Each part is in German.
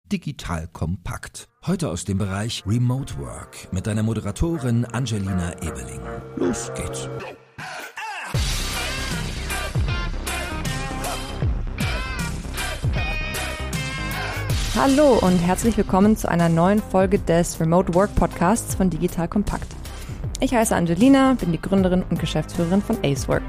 Digital kompakt. Heute aus dem Bereich Remote Work mit deiner Moderatorin Angelina Ebeling. Los geht's. Hallo und herzlich willkommen zu einer neuen Folge des Remote Work Podcasts von Digital Kompakt. Ich heiße Angelina, bin die Gründerin und Geschäftsführerin von Acework.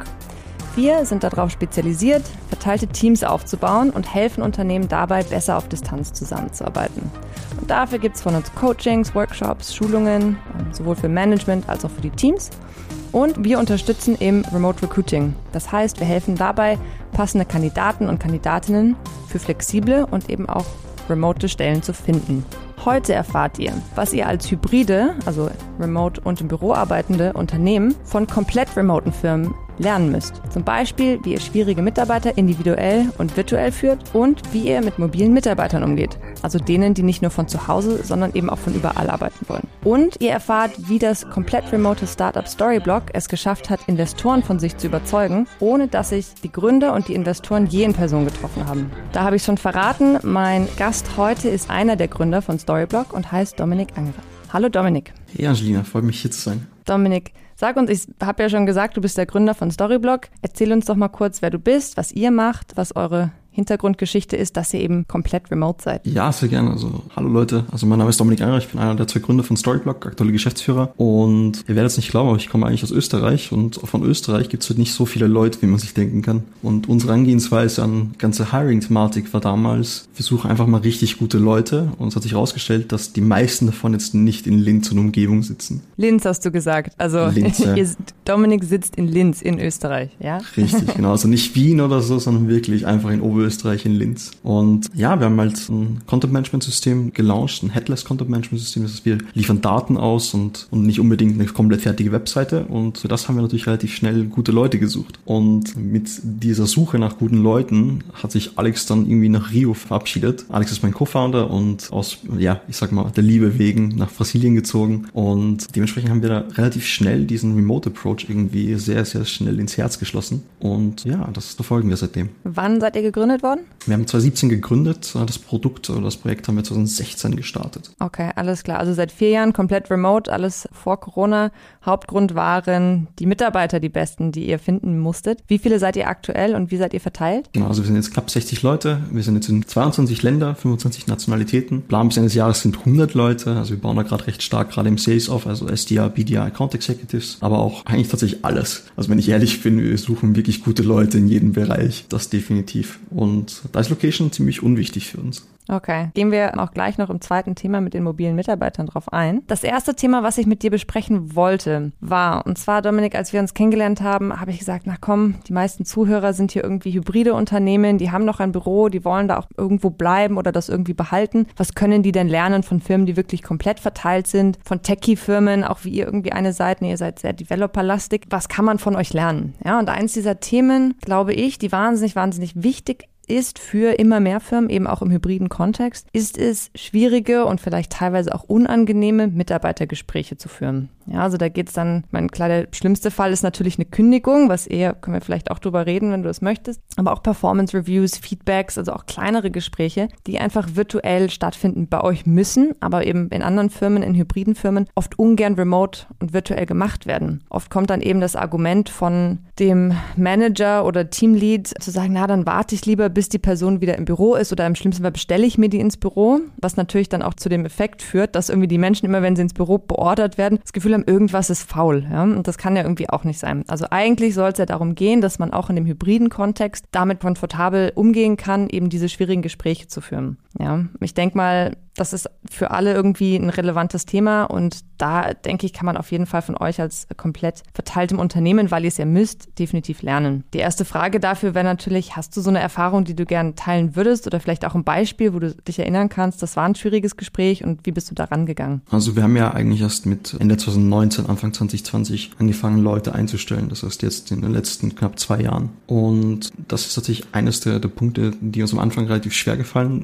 Wir sind darauf spezialisiert, verteilte Teams aufzubauen und helfen Unternehmen dabei, besser auf Distanz zusammenzuarbeiten. Und dafür gibt es von uns Coachings, Workshops, Schulungen, sowohl für Management als auch für die Teams. Und wir unterstützen im Remote Recruiting. Das heißt, wir helfen dabei, passende Kandidaten und Kandidatinnen für flexible und eben auch remote Stellen zu finden. Heute erfahrt ihr, was ihr als hybride, also remote und im Büro arbeitende Unternehmen von komplett remoten Firmen lernen müsst. Zum Beispiel, wie ihr schwierige Mitarbeiter individuell und virtuell führt und wie ihr mit mobilen Mitarbeitern umgeht. Also denen, die nicht nur von zu Hause, sondern eben auch von überall arbeiten wollen. Und ihr erfahrt, wie das komplett remote Startup Storyblock es geschafft hat, Investoren von sich zu überzeugen, ohne dass sich die Gründer und die Investoren je in Person getroffen haben. Da habe ich schon verraten, mein Gast heute ist einer der Gründer von Storyblock und heißt Dominik Angerer. Hallo Dominik. Hey Angelina, freut mich hier zu sein. Dominik, sag uns, ich habe ja schon gesagt, du bist der Gründer von Storyblock. Erzähl uns doch mal kurz, wer du bist, was ihr macht, was eure Hintergrundgeschichte ist, dass ihr eben komplett remote seid. Ja, sehr gerne. Also, hallo Leute. Also, mein Name ist Dominik Angerer. Ich bin einer der zwei Gründer von Storyblock, aktuelle Geschäftsführer. Und ihr werdet es nicht glauben, aber ich komme eigentlich aus Österreich. Und von Österreich gibt es halt nicht so viele Leute, wie man sich denken kann. Und unsere Herangehensweise an ganze Hiring-Thematik war damals, wir suchen einfach mal richtig gute Leute. Und es hat sich herausgestellt, dass die meisten davon jetzt nicht in Linz und Umgebung sitzen. Linz hast du gesagt. Also, Linz, ja. Dominik sitzt in Linz in Österreich, ja? Richtig, genau. Also nicht Wien oder so, sondern wirklich einfach in Oberösterreich in Linz. Und ja, wir haben halt ein Content-Management-System gelauncht, ein Headless-Content-Management-System. Das heißt, wir liefern Daten aus und nicht unbedingt eine komplett fertige Webseite. Und für das haben wir natürlich relativ schnell gute Leute gesucht. Und mit dieser Suche nach guten Leuten hat sich Alex dann irgendwie nach Rio verabschiedet. Alex ist mein Co-Founder und aus, ja, ich sag mal, der Liebe wegen nach Brasilien gezogen. Und dementsprechend haben wir da relativ schnell diesen Remote-Approach irgendwie sehr, sehr schnell ins Herz geschlossen. Und ja, das verfolgen wir seitdem. Wann seid ihr gegründet worden? Wir haben 2017 gegründet. Das Produkt oder das Projekt haben wir 2016 gestartet. Okay, alles klar. Also seit 4 Jahren komplett remote, alles vor Corona. Hauptgrund waren die Mitarbeiter, die besten, die ihr finden musstet. Wie viele seid ihr aktuell und wie seid ihr verteilt? Genau, also wir sind jetzt knapp 60 Leute. Wir sind jetzt in 22 Länder, 25 Nationalitäten. Plan bis Ende des Jahres sind 100 Leute. Also wir bauen da gerade recht stark gerade im Sales auf, also SDR, BDR, Account Executives, aber auch eigentlich tatsächlich alles. Also wenn ich ehrlich bin, wir suchen wirklich gute Leute in jedem Bereich. Das definitiv. Und da ist Location ziemlich unwichtig für uns. Okay, gehen wir auch gleich noch im zweiten Thema mit den mobilen Mitarbeitern drauf ein. Das erste Thema, was ich mit dir besprechen wollte, war, und zwar, Dominik, als wir uns kennengelernt haben, habe ich gesagt, na komm, die meisten Zuhörer sind hier irgendwie hybride Unternehmen, die haben noch ein Büro, die wollen da auch irgendwo bleiben oder das irgendwie behalten. Was können die denn lernen von Firmen, die wirklich komplett verteilt sind, von Techie-Firmen, auch wie ihr irgendwie eine seid, ihr seid sehr developerlastig. Was kann man von euch lernen? Ja, und eins dieser Themen, glaube ich, die wahnsinnig wichtig ist für immer mehr Firmen, eben auch im hybriden Kontext, ist es schwierige und vielleicht teilweise auch unangenehme Mitarbeitergespräche zu führen. Ja, also da geht's dann, klar, der schlimmste Fall ist natürlich eine Kündigung, was eher, können wir vielleicht auch drüber reden, wenn du das möchtest, aber auch Performance-Reviews, Feedbacks, also auch kleinere Gespräche, die einfach virtuell stattfinden bei euch müssen, aber eben in anderen Firmen, in hybriden Firmen, oft ungern remote und virtuell gemacht werden. Oft kommt dann eben das Argument von dem Manager oder Teamlead zu sagen, na, dann warte ich lieber, bis die Person wieder im Büro ist oder im schlimmsten Fall bestelle ich mir die ins Büro, was natürlich dann auch zu dem Effekt führt, dass irgendwie die Menschen immer, wenn sie ins Büro beordert werden, das Gefühl haben, irgendwas ist faul. Ja? Und das kann ja irgendwie auch nicht sein. Also eigentlich soll es ja darum gehen, dass man auch in dem hybriden Kontext damit komfortabel umgehen kann, eben diese schwierigen Gespräche zu führen. Ja? Ich denke mal, das ist für alle irgendwie ein relevantes Thema und da, denke ich, kann man auf jeden Fall von euch als komplett verteiltem Unternehmen, weil ihr es ja müsst, definitiv lernen. Die erste Frage dafür wäre natürlich, hast du so eine Erfahrung, die du gerne teilen würdest oder vielleicht auch ein Beispiel, wo du dich erinnern kannst, das war ein schwieriges Gespräch und wie bist du da rangegangen? Also wir haben ja eigentlich erst mit Ende 2019, Anfang 2020 angefangen, Leute einzustellen. Das heißt jetzt in den letzten knapp 2 Jahren. Und das ist tatsächlich eines der Punkte, die uns am Anfang relativ schwer gefallen sind,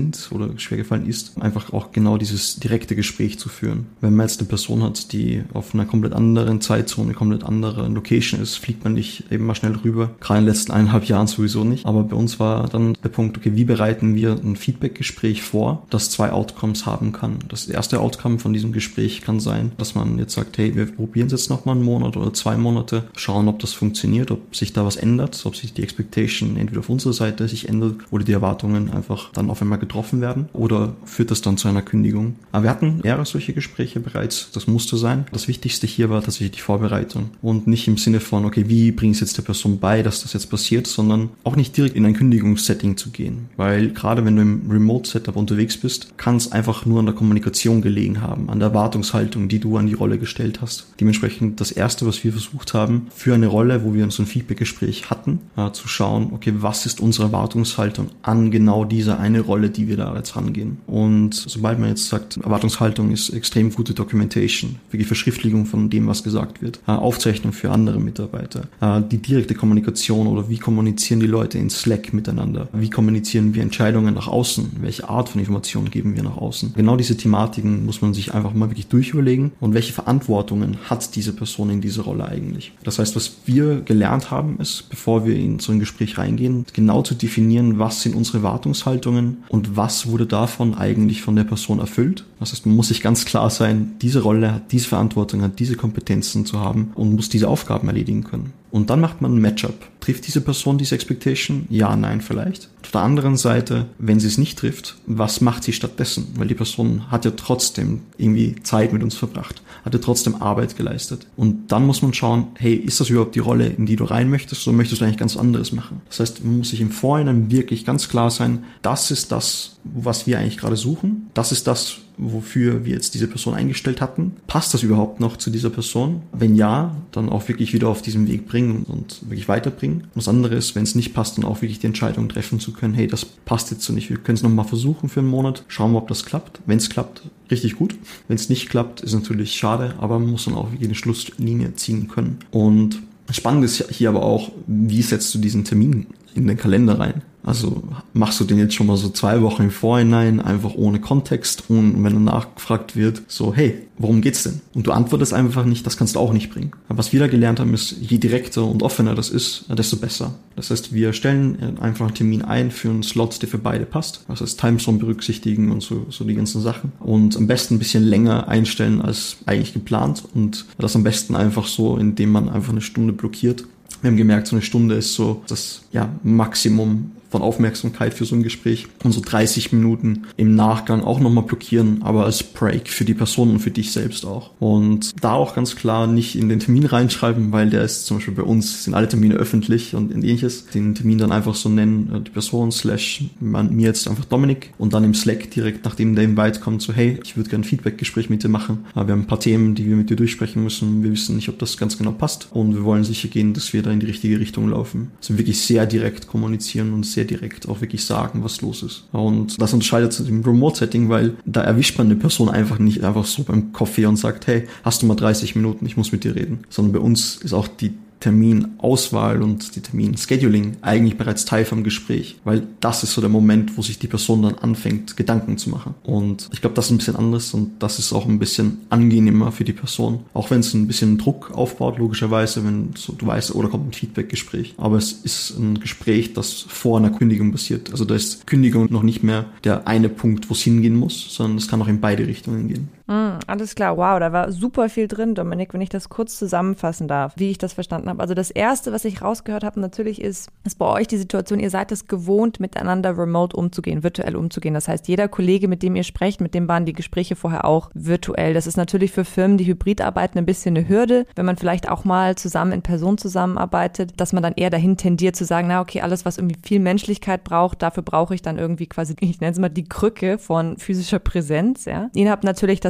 sind oder schwer gefallen ist, einfach auch genau dieses direkte Gespräch zu führen. Wenn man jetzt eine Person hat, die auf einer komplett anderen Zeitzone, komplett andere Location ist, fliegt man nicht eben mal schnell rüber. Gerade in den letzten 1,5 Jahren sowieso nicht. Aber bei uns war dann der Punkt, okay, wie bereiten wir ein Feedback-Gespräch vor, das 2 Outcomes haben kann. Das erste Outcome von diesem Gespräch kann sein, dass man jetzt sagt, hey, wir probieren es jetzt nochmal 1 Monat oder 2 Monate, schauen, ob das funktioniert, ob sich da was ändert, ob sich die Expectation entweder auf unserer Seite sich ändert oder die Erwartungen einfach dann auf einmal getroffen werden oder führt das dann zu einer Kündigung. Aber wir hatten mehrere solche Gespräche bereits, das musste sein. Das Wichtigste hier war tatsächlich die Vorbereitung und nicht im Sinne von, okay, wie bringe ich es jetzt der Person bei, dass das jetzt passiert, sondern auch nicht direkt in ein Kündigungssetting zu gehen, weil gerade wenn du im Remote-Setup unterwegs bist, kann es einfach nur an der Kommunikation gelegen haben, an der Erwartungshaltung, die du an die Rolle gestellt hast. Dementsprechend das Erste, was wir versucht haben, für eine Rolle, wo wir so ein Feedback-Gespräch hatten, zu schauen, okay, was ist unsere Erwartungshaltung an genau diese eine Rolle, die wir da jetzt rangehen. Und sobald man jetzt sagt, Erwartungshaltung ist extrem gute Documentation, wirklich Verschriftlichung von dem, was gesagt wird, Aufzeichnung für andere Mitarbeiter, die direkte Kommunikation oder wie kommunizieren die Leute in Slack miteinander, wie kommunizieren wir Entscheidungen nach außen, welche Art von Informationen geben wir nach außen. Genau diese Thematiken muss man sich einfach mal wirklich durchüberlegen und welche Verantwortungen hat diese Person in dieser Rolle eigentlich. Das heißt, was wir gelernt haben, ist, bevor wir in so ein Gespräch reingehen, genau zu definieren, was sind unsere Erwartungshaltungen und was wurde davon eigentlich von der Person erfüllt. Das heißt, man muss sich ganz klar sein, diese Rolle hat diese Verantwortung, hat diese Kompetenzen zu haben und muss diese Aufgaben erledigen können. Und dann macht man ein Matchup. Trifft diese Person diese Expectation? Ja, nein, vielleicht. Auf der anderen Seite, wenn sie es nicht trifft, was macht sie stattdessen? Weil die Person hat ja trotzdem irgendwie Zeit mit uns verbracht, hat ja trotzdem Arbeit geleistet. Und dann muss man schauen, hey, ist das überhaupt die Rolle, in die du rein möchtest, oder möchtest du eigentlich ganz anderes machen? Das heißt, man muss sich im Vorhinein wirklich ganz klar sein, das ist das, was wir eigentlich gerade suchen. Das ist das, wofür wir jetzt diese Person eingestellt hatten. Passt das überhaupt noch zu dieser Person? Wenn ja, dann auch wirklich wieder auf diesem Weg bringen und wirklich weiterbringen. Und das andere ist, wenn es nicht passt, dann auch wirklich die Entscheidung treffen zu können, hey, das passt jetzt so nicht. Wir können es nochmal versuchen für einen Monat, schauen wir, ob das klappt. Wenn es klappt, richtig gut. Wenn es nicht klappt, ist natürlich schade, aber man muss dann auch wirklich eine Schlusslinie ziehen können. Und spannend ist hier aber auch, wie setzt du diesen Termin in den Kalender rein? Also machst du den jetzt schon mal so 2 Wochen im Vorhinein, einfach ohne Kontext, und wenn dann nachgefragt wird, so, hey, worum geht's denn? Und du antwortest einfach nicht, das kannst du auch nicht bringen. Aber was wir da gelernt haben, ist, je direkter und offener das ist, desto besser. Das heißt, wir stellen einfach einen Termin ein für einen Slot, der für beide passt. Das heißt, Timezone berücksichtigen und so die ganzen Sachen. Und am besten ein bisschen länger einstellen als eigentlich geplant. Und das am besten einfach so, indem man einfach eine Stunde blockiert. Wir haben gemerkt, so eine Stunde ist so das Maximum von Aufmerksamkeit für so ein Gespräch. Und so 30 Minuten im Nachgang auch nochmal blockieren, aber als Break für die Person und für dich selbst auch. Und da auch ganz klar nicht in den Termin reinschreiben, weil der ist zum Beispiel bei uns, sind alle Termine öffentlich und ähnliches. Den Termin dann einfach so nennen, die Person / mir jetzt einfach Dominik, und dann im Slack direkt, nachdem der Invite kommt, so, hey, ich würde gerne ein Feedback-Gespräch mit dir machen. Wir haben ein paar Themen, die wir mit dir durchsprechen müssen. Wir wissen nicht, ob das ganz genau passt, und wir wollen sicher gehen, dass wir da in die richtige Richtung laufen. Also wirklich sehr direkt kommunizieren und sehr direkt auch wirklich sagen, was los ist. Und das unterscheidet sich im Remote-Setting, weil da erwischt man eine Person einfach nicht einfach so beim Kaffee und sagt, hey, hast du mal 30 Minuten, ich muss mit dir reden. Sondern bei uns ist auch die Terminauswahl und die Terminscheduling eigentlich bereits Teil vom Gespräch, weil das ist so der Moment, wo sich die Person dann anfängt, Gedanken zu machen. Und ich glaube, das ist ein bisschen anders, und das ist auch ein bisschen angenehmer für die Person. Auch wenn es ein bisschen Druck aufbaut, logischerweise, wenn so, du weißt, oder kommt ein Feedback-Gespräch. Aber es ist ein Gespräch, das vor einer Kündigung passiert. Also da ist Kündigung noch nicht mehr der eine Punkt, wo es hingehen muss, sondern es kann auch in beide Richtungen gehen. Alles klar, wow, da war super viel drin, Dominik, wenn ich das kurz zusammenfassen darf, wie ich das verstanden habe. Also das Erste, was ich rausgehört habe, natürlich ist bei euch die Situation, ihr seid es gewohnt, miteinander remote umzugehen, virtuell umzugehen. Das heißt, jeder Kollege, mit dem ihr sprecht, mit dem waren die Gespräche vorher auch virtuell. Das ist natürlich für Firmen, die hybrid arbeiten, ein bisschen eine Hürde, wenn man vielleicht auch mal zusammen in Person zusammenarbeitet, dass man dann eher dahin tendiert zu sagen, na okay, alles, was irgendwie viel Menschlichkeit braucht, dafür brauche ich dann irgendwie quasi, ich nenne es mal die Krücke von physischer Präsenz. Ja. Ihr habt natürlich das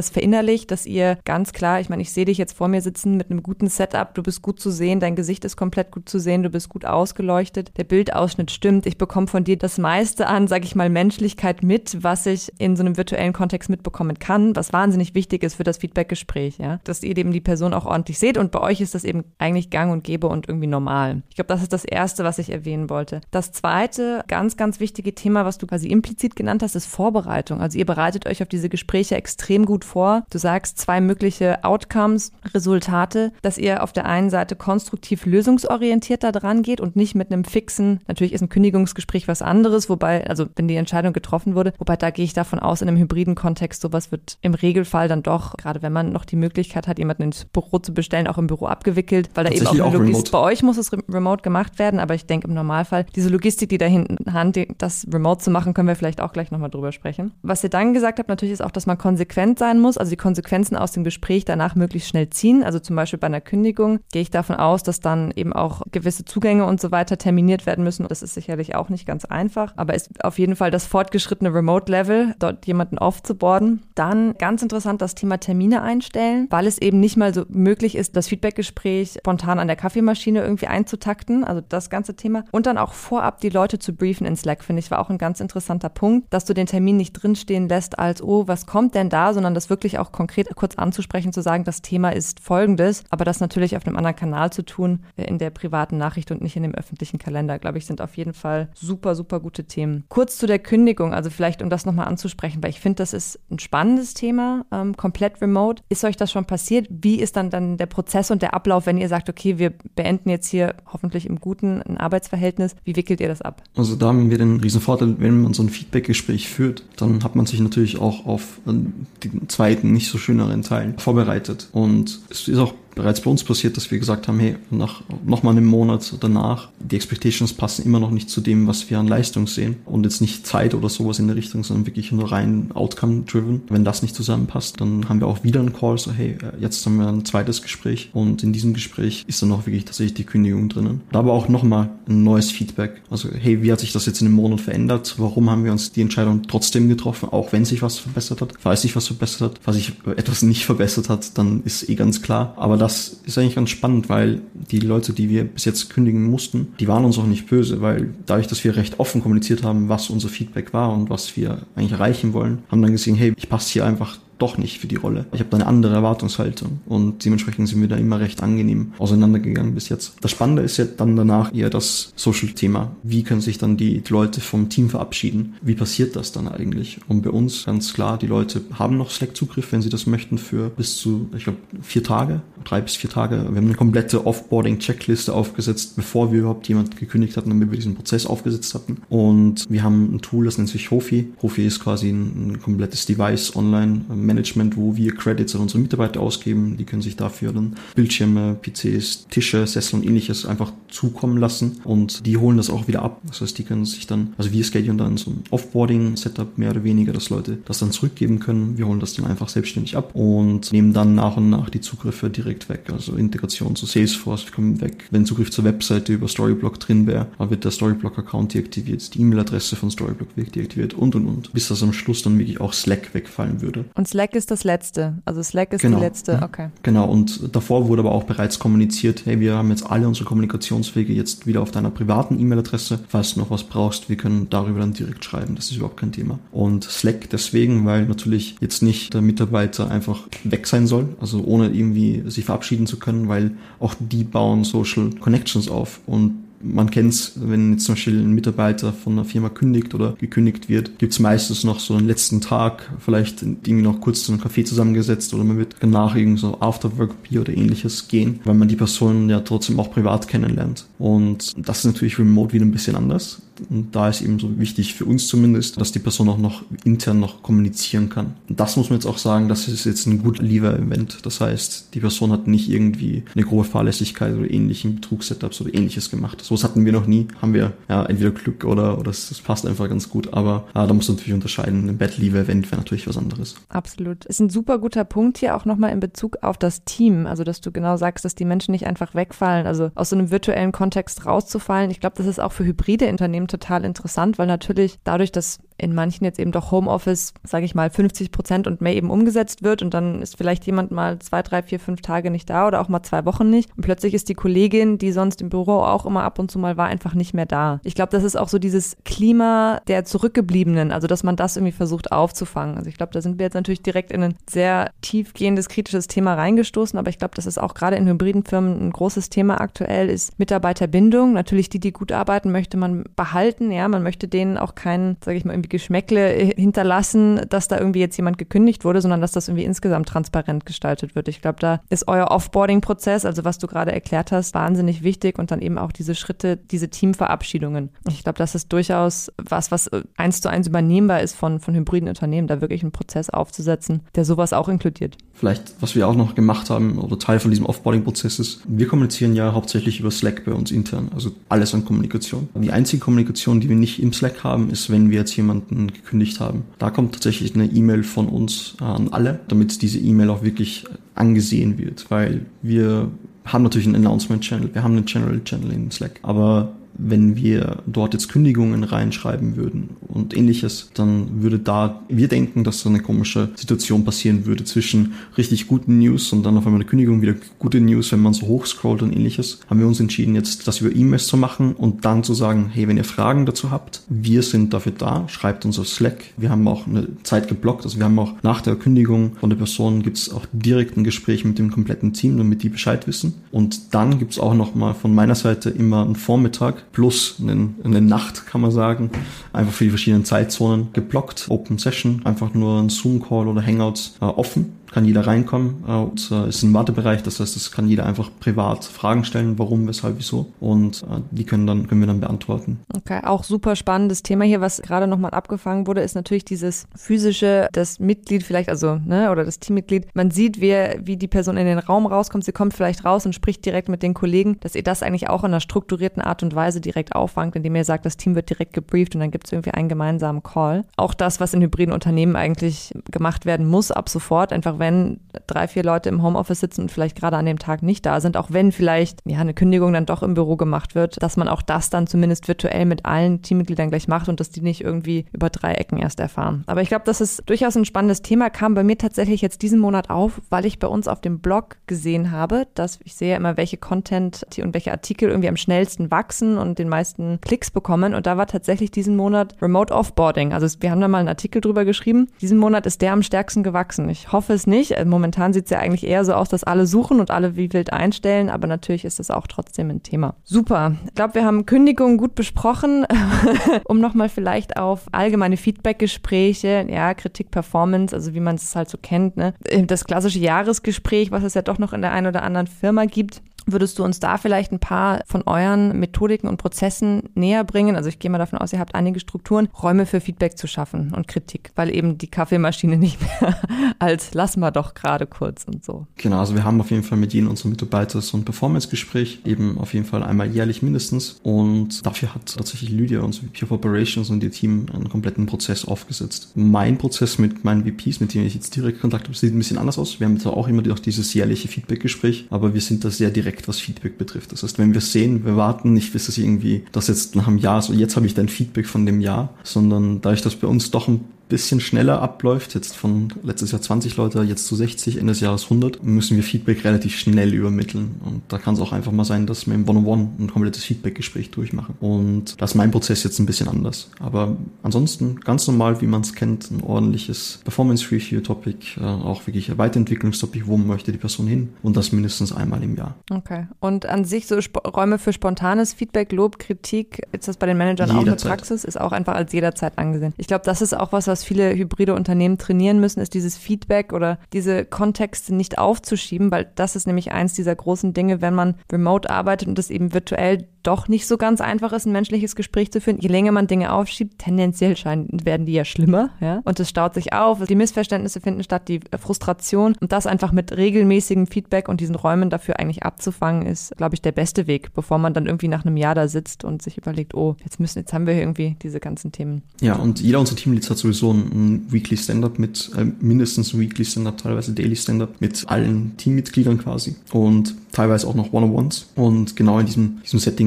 das verinnerlicht, dass ihr ganz klar, ich meine, ich sehe dich jetzt vor mir sitzen mit einem guten Setup, du bist gut zu sehen, dein Gesicht ist komplett gut zu sehen, du bist gut ausgeleuchtet, der Bildausschnitt stimmt, ich bekomme von dir das meiste an, sage ich mal, Menschlichkeit mit, was ich in so einem virtuellen Kontext mitbekommen kann, was wahnsinnig wichtig ist für das Feedbackgespräch, ja, dass ihr eben die Person auch ordentlich seht und bei euch ist das eben eigentlich gang und gäbe und irgendwie normal. Ich glaube, das ist das Erste, was ich erwähnen wollte. Das Zweite, ganz, ganz wichtige Thema, was du quasi implizit genannt hast, ist Vorbereitung. Also ihr bereitet euch auf diese Gespräche extrem gut vor. Du sagst 2 mögliche Outcomes, Resultate, dass ihr auf der einen Seite konstruktiv lösungsorientiert da dran geht und nicht mit einem fixen, natürlich ist ein Kündigungsgespräch was anderes, wobei, also wenn die Entscheidung getroffen wurde, wobei da gehe ich davon aus, in einem hybriden Kontext, sowas wird im Regelfall dann doch, gerade wenn man noch die Möglichkeit hat, jemanden ins Büro zu bestellen, auch im Büro abgewickelt, weil da eben auch eine Logistik, bei euch muss es remote gemacht werden, aber ich denke im Normalfall, diese Logistik, die da hinten Hand, das remote zu machen, können wir vielleicht auch gleich nochmal drüber sprechen. Was ihr dann gesagt habt, natürlich ist auch, dass man konsequent sein muss, also die Konsequenzen aus dem Gespräch danach möglichst schnell ziehen, also zum Beispiel bei einer Kündigung gehe ich davon aus, dass dann eben auch gewisse Zugänge und so weiter terminiert werden müssen. Das ist sicherlich auch nicht ganz einfach, aber ist auf jeden Fall das fortgeschrittene Remote-Level, dort jemanden offzuboarden. Dann ganz interessant das Thema Termine einstellen, weil es eben nicht mal so möglich ist, das Feedbackgespräch spontan an der Kaffeemaschine irgendwie einzutakten, also das ganze Thema. Und dann auch vorab die Leute zu briefen in Slack, finde ich, war auch ein ganz interessanter Punkt, dass du den Termin nicht drinstehen lässt als, oh, was kommt denn da, sondern das wirklich auch konkret kurz anzusprechen, zu sagen, das Thema ist folgendes, aber das natürlich auf einem anderen Kanal zu tun, in der privaten Nachricht und nicht in dem öffentlichen Kalender, glaube ich, sind auf jeden Fall super, super gute Themen. Kurz zu der Kündigung, also vielleicht, um das nochmal anzusprechen, weil ich finde, das ist ein spannendes Thema, komplett remote. Ist euch das schon passiert? Wie ist dann der Prozess und der Ablauf, wenn ihr sagt, okay, wir beenden jetzt hier hoffentlich im Guten ein Arbeitsverhältnis? Wie wickelt ihr das ab? Also da haben wir den riesen Vorteil, wenn man so ein Feedbackgespräch führt, dann hat man sich natürlich auch auf den zweiten, nicht so schöneren Teil vorbereitet. Und es ist auch bereits bei uns passiert, dass wir gesagt haben, hey, nach nochmal einem Monat danach, die Expectations passen immer noch nicht zu dem, was wir an Leistung sehen und jetzt nicht Zeit oder sowas in der Richtung, sondern wirklich nur rein Outcome-driven. Wenn das nicht zusammenpasst, dann haben wir auch wieder einen Call, so hey, jetzt haben wir ein zweites Gespräch und in diesem Gespräch ist dann auch wirklich tatsächlich die Kündigung drinnen. Da aber auch nochmal ein neues Feedback, also hey, wie hat sich das jetzt in einem Monat verändert? Warum haben wir uns die Entscheidung trotzdem getroffen, auch wenn sich was verbessert hat? Falls sich was verbessert hat, falls sich etwas nicht verbessert hat, dann ist ganz klar, aber das ist eigentlich ganz spannend, weil die Leute, die wir bis jetzt kündigen mussten, die waren uns auch nicht böse, weil dadurch, dass wir recht offen kommuniziert haben, was unser Feedback war und was wir eigentlich erreichen wollen, haben dann gesehen, hey, ich passe hier einfach doch nicht für die Rolle. Ich habe da eine andere Erwartungshaltung und dementsprechend sind wir da immer recht angenehm auseinandergegangen bis jetzt. Das Spannende ist ja dann danach eher das Social-Thema. Wie können sich dann die Leute vom Team verabschieden? Wie passiert das dann eigentlich? Und bei uns ganz klar, die Leute haben noch Slack-Zugriff, wenn sie das möchten, für bis zu, ich glaube, 4 Tage, 3 bis 4 Tage. Wir haben eine komplette Offboarding-Checkliste aufgesetzt, bevor wir überhaupt jemand gekündigt hatten, damit wir diesen Prozess aufgesetzt hatten. Und wir haben ein Tool, das nennt sich Hofi. Hofi ist quasi ein komplettes Device online, Management, wo wir Credits an unsere Mitarbeiter ausgeben. Die können sich dafür dann Bildschirme, PCs, Tische, Sessel und ähnliches einfach zukommen lassen und die holen das auch wieder ab. Das heißt, die können sich dann, also wir schedulen dann so ein Offboarding-Setup mehr oder weniger, dass Leute das dann zurückgeben können. Wir holen das dann einfach selbstständig ab und nehmen dann nach und nach die Zugriffe direkt weg. Also Integration zu Salesforce kommen weg. Wenn Zugriff zur Webseite über Storyblock drin wäre, wird der Storyblock-Account deaktiviert, die E-Mail-Adresse von Storyblock wird deaktiviert und. Bis das am Schluss dann wirklich auch Slack wegfallen würde. Und Slack ist das Letzte. Also Slack ist die letzte, okay. Genau, und davor wurde aber auch bereits kommuniziert, hey, wir haben jetzt alle unsere Kommunikationswege jetzt wieder auf deiner privaten E-Mail-Adresse. Falls du noch was brauchst, wir können darüber dann direkt schreiben. Das ist überhaupt kein Thema. Und Slack deswegen, weil natürlich jetzt nicht der Mitarbeiter einfach weg sein soll, also ohne irgendwie sich verabschieden zu können, weil auch die bauen Social Connections auf und man kennt's, wenn jetzt zum Beispiel ein Mitarbeiter von einer Firma kündigt oder gekündigt wird, gibt's meistens noch so einen letzten Tag, vielleicht irgendwie noch kurz zu einem Café zusammengesetzt oder man wird danach irgendwie so Afterwork-Bier oder ähnliches gehen, weil man die Person ja trotzdem auch privat kennenlernt. Und das ist natürlich remote wieder ein bisschen anders. Und da ist eben so wichtig für uns zumindest, dass die Person auch noch intern noch kommunizieren kann. Und das muss man jetzt auch sagen, das ist jetzt ein gut Leaver-Event. Das heißt, die Person hat nicht irgendwie eine grobe Fahrlässigkeit oder ähnlichen Betrugssetups oder ähnliches gemacht. Sowas hatten wir noch nie. Haben wir ja entweder Glück oder das passt einfach ganz gut. Aber da muss man natürlich unterscheiden. Ein Bad Leaver-Event wäre natürlich was anderes. Absolut. Ist ein super guter Punkt hier auch nochmal in Bezug auf das Team. Also, dass du genau sagst, dass die Menschen nicht einfach wegfallen. Also aus so einem virtuellen Kontext rauszufallen. Ich glaube, das ist auch für hybride Unternehmen total interessant, weil natürlich dadurch, dass in manchen jetzt eben doch Homeoffice, sage ich mal, 50% und mehr eben umgesetzt wird und dann ist vielleicht jemand mal 2, 3, 4, 5 Tage nicht da oder auch mal 2 Wochen nicht und plötzlich ist die Kollegin, die sonst im Büro auch immer ab und zu mal war, einfach nicht mehr da. Ich glaube, das ist auch so dieses Klima der Zurückgebliebenen, also dass man das irgendwie versucht aufzufangen. Also ich glaube, da sind wir jetzt natürlich direkt in ein sehr tiefgehendes, kritisches Thema reingestoßen, aber ich glaube, das ist auch gerade in hybriden Firmen ein großes Thema aktuell, ist Mitarbeiterbindung. Natürlich die gut arbeiten, möchte man behalten, ja, man möchte denen auch keinen, sage ich mal, irgendwie Geschmäckle hinterlassen, dass da irgendwie jetzt jemand gekündigt wurde, sondern dass das irgendwie insgesamt transparent gestaltet wird. Ich glaube, da ist euer Offboarding-Prozess, also was du gerade erklärt hast, wahnsinnig wichtig und dann eben auch diese Schritte, diese Teamverabschiedungen. Ich glaube, das ist durchaus was 1:1 übernehmbar ist von hybriden Unternehmen, da wirklich einen Prozess aufzusetzen, der sowas auch inkludiert. Vielleicht, was wir auch noch gemacht haben oder Teil von diesem Offboarding-Prozess ist, wir kommunizieren ja hauptsächlich über Slack bei uns intern, also alles an Kommunikation. Die einzige Kommunikation, die wir nicht im Slack haben, ist, wenn wir jetzt jemanden gekündigt haben. Da kommt tatsächlich eine E-Mail von uns an alle, damit diese E-Mail auch wirklich angesehen wird, weil wir haben natürlich einen Announcement-Channel, wir haben einen General-Channel in Slack, aber wenn wir dort jetzt Kündigungen reinschreiben würden und ähnliches, dann würde wir denken, dass so eine komische Situation passieren würde zwischen richtig guten News und dann auf einmal eine Kündigung, wieder gute News, wenn man so hochscrollt und ähnliches. Haben wir uns entschieden, jetzt das über E-Mails zu machen und dann zu sagen, hey, wenn ihr Fragen dazu habt, wir sind dafür da, schreibt uns auf Slack. Wir haben auch eine Zeit geblockt, also wir haben auch nach der Kündigung von der Person gibt es auch direkt ein Gespräch mit dem kompletten Team, damit die Bescheid wissen. Und dann gibt es auch nochmal von meiner Seite immer einen Vormittag plus eine Nacht, kann man sagen, einfach für die verschiedenen Zeitzonen geblockt. Open Session, einfach nur ein Zoom-Call oder Hangouts offen. Kann jeder reinkommen und ist ein Wartebereich, das heißt, es kann jeder einfach privat Fragen stellen, warum, weshalb, wieso und die können wir dann beantworten. Okay, auch super spannendes Thema hier, was gerade nochmal abgefangen wurde, ist natürlich dieses physische, das Mitglied vielleicht, also oder das Teammitglied, man sieht, wie die Person in den Raum rauskommt, sie kommt vielleicht raus und spricht direkt mit den Kollegen, dass ihr das eigentlich auch in einer strukturierten Art und Weise direkt auffangt, indem ihr sagt, das Team wird direkt gebrieft und dann gibt es irgendwie einen gemeinsamen Call. Auch das, was in hybriden Unternehmen eigentlich gemacht werden muss ab sofort, einfach wenn 3, 4 Leute im Homeoffice sitzen und vielleicht gerade an dem Tag nicht da sind, auch wenn vielleicht eine Kündigung dann doch im Büro gemacht wird, dass man auch das dann zumindest virtuell mit allen Teammitgliedern gleich macht und dass die nicht irgendwie über 3 Ecken erst erfahren. Aber ich glaube, das ist durchaus ein spannendes Thema, kam bei mir tatsächlich jetzt diesen Monat auf, weil ich bei uns auf dem Blog gesehen habe, dass ich sehe immer, welche Content und welche Artikel irgendwie am schnellsten wachsen und den meisten Klicks bekommen und da war tatsächlich diesen Monat Remote Offboarding. Also wir haben da mal einen Artikel drüber geschrieben. Diesen Monat ist der am stärksten gewachsen. Ich hoffe es nicht. Momentan sieht es ja eigentlich eher so aus, dass alle suchen und alle wie wild einstellen, aber natürlich ist das auch trotzdem ein Thema. Super. Ich glaube, wir haben Kündigungen gut besprochen, um nochmal vielleicht auf allgemeine Feedback-Gespräche, Kritik, Performance, also wie man es halt so kennt, ne? Das klassische Jahresgespräch, was es ja doch noch in der einen oder anderen Firma gibt. Würdest du uns da vielleicht ein paar von euren Methodiken und Prozessen näher bringen? Also ich gehe mal davon aus, ihr habt einige Strukturen, Räume für Feedback zu schaffen und Kritik, weil eben die Kaffeemaschine nicht mehr als lass mal doch gerade kurz und so. Genau, also wir haben auf jeden Fall mit jedem unserer Mitarbeiter so ein Performance-Gespräch, eben auf jeden Fall einmal jährlich mindestens und dafür hat tatsächlich Lydia, unser VP of Operations und ihr Team einen kompletten Prozess aufgesetzt. Mein Prozess mit meinen VPs, mit denen ich jetzt direkt Kontakt habe, sieht ein bisschen anders aus. Wir haben jetzt auch immer noch dieses jährliche Feedback-Gespräch, aber wir sind da sehr direkt, was Feedback betrifft. Das heißt, wenn wir sehen, wir warten nicht, bis es irgendwie, das jetzt nach einem Jahr, so jetzt habe ich dein Feedback von dem Jahr, sondern dadurch, dass bei uns doch ein bisschen schneller abläuft, jetzt von letztes Jahr 20 Leute, jetzt zu 60, Ende des Jahres 100, müssen wir Feedback relativ schnell übermitteln. Und da kann es auch einfach mal sein, dass wir im One-on-One ein komplettes Feedback-Gespräch durchmachen. Und da ist mein Prozess jetzt ein bisschen anders. Aber ansonsten ganz normal, wie man es kennt, ein ordentliches Performance-Review-Topic, auch wirklich ein Weiterentwicklungstopic, wo möchte die Person hin und das mindestens einmal im Jahr. Okay. Und an sich so Räume für spontanes Feedback, Lob, Kritik, ist das bei den Managern jederzeit. Auch eine Praxis? Ist auch einfach als jederzeit angesehen. Ich glaube, das ist auch was viele hybride Unternehmen trainieren müssen, ist dieses Feedback oder diese Kontexte nicht aufzuschieben, weil das ist nämlich eins dieser großen Dinge, wenn man remote arbeitet und das eben virtuell doch nicht so ganz einfach ist, ein menschliches Gespräch zu führen. Je länger man Dinge aufschiebt, tendenziell werden die ja schlimmer, ja. Und es staut sich auf, die Missverständnisse finden statt, die Frustration und das einfach mit regelmäßigem Feedback und diesen Räumen dafür eigentlich abzufangen, ist, glaube ich, der beste Weg, bevor man dann irgendwie nach einem Jahr da sitzt und sich überlegt, jetzt haben wir hier irgendwie diese ganzen Themen. Ja, und jeder unserer Teamleads hat sowieso ein Weekly Stand-Up mit, mindestens ein Weekly Stand-Up, teilweise Daily Stand-Up mit allen Teammitgliedern quasi und teilweise auch noch One-on-Ones und genau in diesem Setting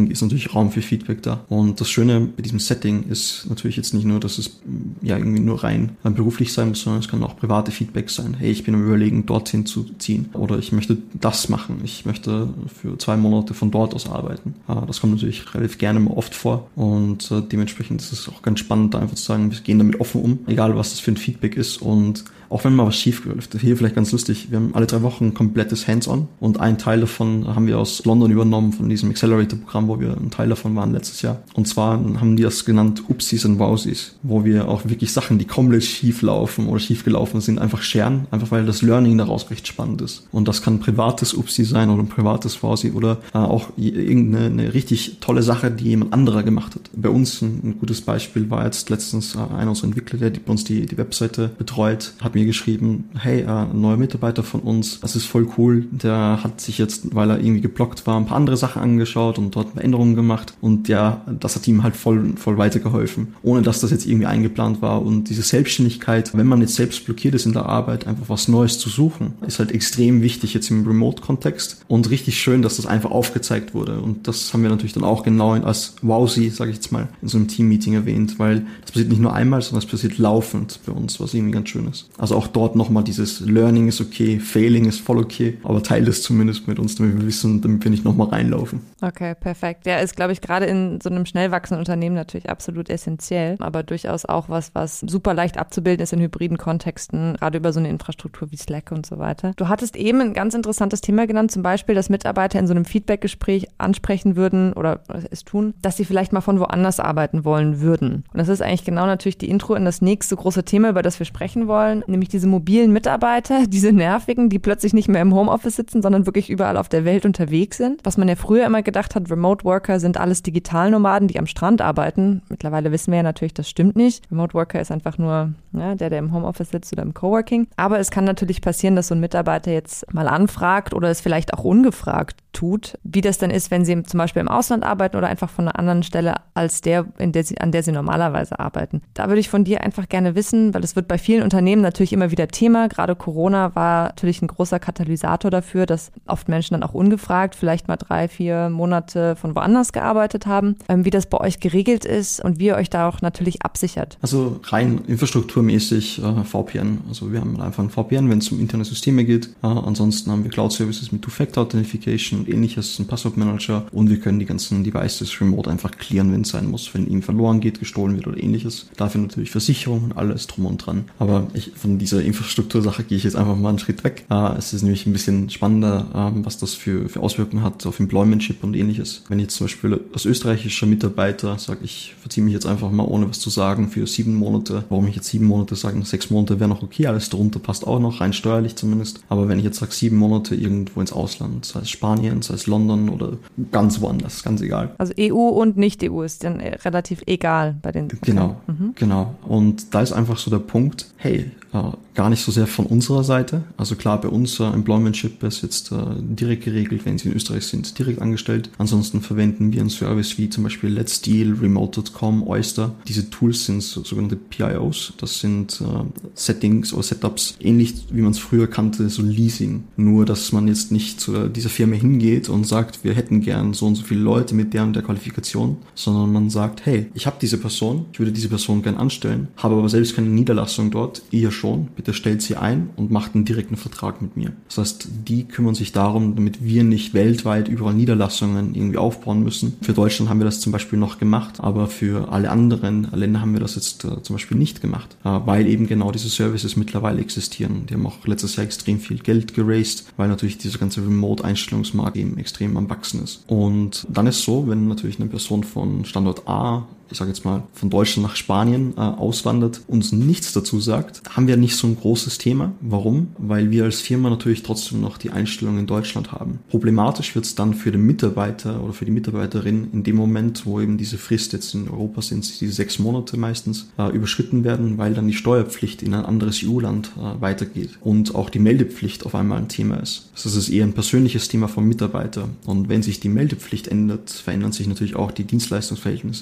Setting ist natürlich Raum für Feedback da. Und das Schöne bei diesem Setting ist natürlich jetzt nicht nur, dass es ja irgendwie nur rein beruflich sein muss, sondern es kann auch private Feedback sein. Hey, ich bin am Überlegen, dorthin zu ziehen. Oder ich möchte das machen. Ich möchte für 2 Monate von dort aus arbeiten. Das kommt natürlich relativ gerne oft vor. Und dementsprechend ist es auch ganz spannend, da einfach zu sagen, wir gehen damit offen um, egal was das für ein Feedback ist. Und auch wenn mal was schief läuft, hier vielleicht ganz lustig, wir haben alle 3 Wochen ein komplettes Hands-on und einen Teil davon haben wir aus London übernommen, von diesem Accelerator-Programm, wo wir ein Teil davon waren letztes Jahr. Und zwar haben die das genannt Upsis und Wowsis, wo wir auch wirklich Sachen, die komplett schief laufen oder schief gelaufen sind, einfach scheren, einfach weil das Learning daraus recht spannend ist. Und das kann ein privates Upsi sein oder ein privates Wowsi oder auch irgendeine richtig tolle Sache, die jemand anderer gemacht hat. Bei uns ein gutes Beispiel war jetzt letztens einer unserer Entwickler, der bei uns die Webseite betreut, hat mir geschrieben, hey, ein neuer Mitarbeiter von uns, das ist voll cool, der hat sich jetzt, weil er irgendwie geblockt war, ein paar andere Sachen angeschaut und dort Änderungen gemacht und das hat ihm halt voll weitergeholfen, ohne dass das jetzt irgendwie eingeplant war. Und diese Selbstständigkeit, wenn man jetzt selbst blockiert ist in der Arbeit, einfach was Neues zu suchen, ist halt extrem wichtig jetzt im Remote-Kontext und richtig schön, dass das einfach aufgezeigt wurde. Und das haben wir natürlich dann auch genau als Wowsi, sage ich jetzt mal, in so einem Team-Meeting erwähnt, weil das passiert nicht nur einmal, sondern es passiert laufend bei uns, was irgendwie ganz schön ist. Also auch dort nochmal dieses Learning ist okay, Failing ist voll okay, aber teile das zumindest mit uns, damit wir wissen, damit wir nicht nochmal reinlaufen. Okay, perfekt. Ja, ist, glaube ich, gerade in so einem schnell wachsenden Unternehmen natürlich absolut essentiell, aber durchaus auch was super leicht abzubilden ist in hybriden Kontexten, gerade über so eine Infrastruktur wie Slack und so weiter. Du hattest eben ein ganz interessantes Thema genannt, zum Beispiel, dass Mitarbeiter in so einem Feedback-Gespräch ansprechen würden oder es tun, dass sie vielleicht mal von woanders arbeiten wollen würden. Und das ist eigentlich genau natürlich die Intro in das nächste große Thema, über das wir sprechen wollen, nämlich diese mobilen Mitarbeiter, diese nervigen, die plötzlich nicht mehr im Homeoffice sitzen, sondern wirklich überall auf der Welt unterwegs sind. Was man ja früher immer gedacht hat, Remote Worker sind alles Digitalnomaden, die am Strand arbeiten. Mittlerweile wissen wir ja natürlich, das stimmt nicht. Remote Worker ist einfach nur der im Homeoffice sitzt oder im Coworking. Aber es kann natürlich passieren, dass so ein Mitarbeiter jetzt mal anfragt oder es vielleicht auch ungefragt tut, wie das denn ist, wenn sie zum Beispiel im Ausland arbeiten oder einfach von einer anderen Stelle als an der sie normalerweise arbeiten. Da würde ich von dir einfach gerne wissen, weil es wird bei vielen Unternehmen natürlich immer wieder Thema. Gerade Corona war natürlich ein großer Katalysator dafür, dass oft Menschen dann auch ungefragt vielleicht mal 3-4 Monate von woanders gearbeitet haben. Wie das bei euch geregelt ist und wie ihr euch da auch natürlich absichert. Also rein infrastrukturmäßig VPN. Also wir haben einfach ein VPN, wenn es um interne Systeme geht. Ansonsten haben wir Cloud-Services mit Two-Factor-Authentification und ähnliches, ein Passwortmanager und wir können die ganzen Devices remote einfach clearen, wenn es sein muss, wenn ihm verloren geht, gestohlen wird oder ähnliches. Dafür natürlich Versicherung und alles drum und dran. Aber von dieser Infrastruktursache gehe ich jetzt einfach mal einen Schritt weg. Es ist nämlich ein bisschen spannender, was das für Auswirkungen hat auf Employmentship und ähnliches. Wenn jetzt zum Beispiel als österreichischer Mitarbeiter sage, ich verziehe mich jetzt einfach mal ohne was zu sagen für 7 Monate. Warum ich jetzt 7 Monate sage, 6 Monate wäre noch okay, alles darunter passt auch noch, rein steuerlich zumindest. Aber wenn ich jetzt sage 7 Monate irgendwo ins Ausland, sei es Spanien, sei es London oder ganz woanders, ganz egal. Also EU und Nicht-EU ist dann relativ egal bei den... Genau, genau. Und da ist einfach so der Punkt, hey, gar nicht so sehr von unserer Seite. Also klar, bei uns Employmentship ist jetzt direkt geregelt, wenn Sie in Österreich sind, direkt angestellt. Ansonsten verwenden wir einen Service wie zum Beispiel Let's Deal, Remote.com, Oyster. Diese Tools sind sogenannte PIOs. Das sind Settings oder Setups, ähnlich wie man es früher kannte, so Leasing. Nur, dass man jetzt nicht zu dieser Firma hingeht und sagt, wir hätten gern so und so viele Leute mit der und der Qualifikation, sondern man sagt, hey, ich habe diese Person, ich würde diese Person gern anstellen, habe aber selbst keine Niederlassung dort, ihr schon, bitte stellt sie ein und macht einen direkten Vertrag mit mir. Das heißt, die kümmern sich darum, damit wir nicht weltweit überall Niederlassungen irgendwie aufbauen müssen. Für Deutschland haben wir das zum Beispiel noch gemacht, aber für alle anderen Länder haben wir das jetzt zum Beispiel nicht gemacht, weil eben genau diese Services mittlerweile existieren. Die haben auch letztes Jahr extrem viel Geld geraced, weil natürlich dieser ganze Remote-Einstellungsmarkt eben extrem am Wachsen ist. Und dann ist so, wenn natürlich eine Person von Standort A, ich sage jetzt mal, von Deutschland nach Spanien auswandert, uns nichts dazu sagt, haben wir nicht so ein großes Thema. Warum? Weil wir als Firma natürlich trotzdem noch die Einstellung in Deutschland haben. Problematisch wird es dann für den Mitarbeiter oder für die Mitarbeiterin in dem Moment, wo eben diese Frist jetzt in Europa sind, diese 6 Monate meistens, überschritten werden, weil dann die Steuerpflicht in ein anderes EU-Land weitergeht und auch die Meldepflicht auf einmal ein Thema ist. Das ist eher ein persönliches Thema vom Mitarbeiter. Und wenn sich die Meldepflicht ändert, verändern sich natürlich auch die Dienstleistungsverhältnisse zu uns.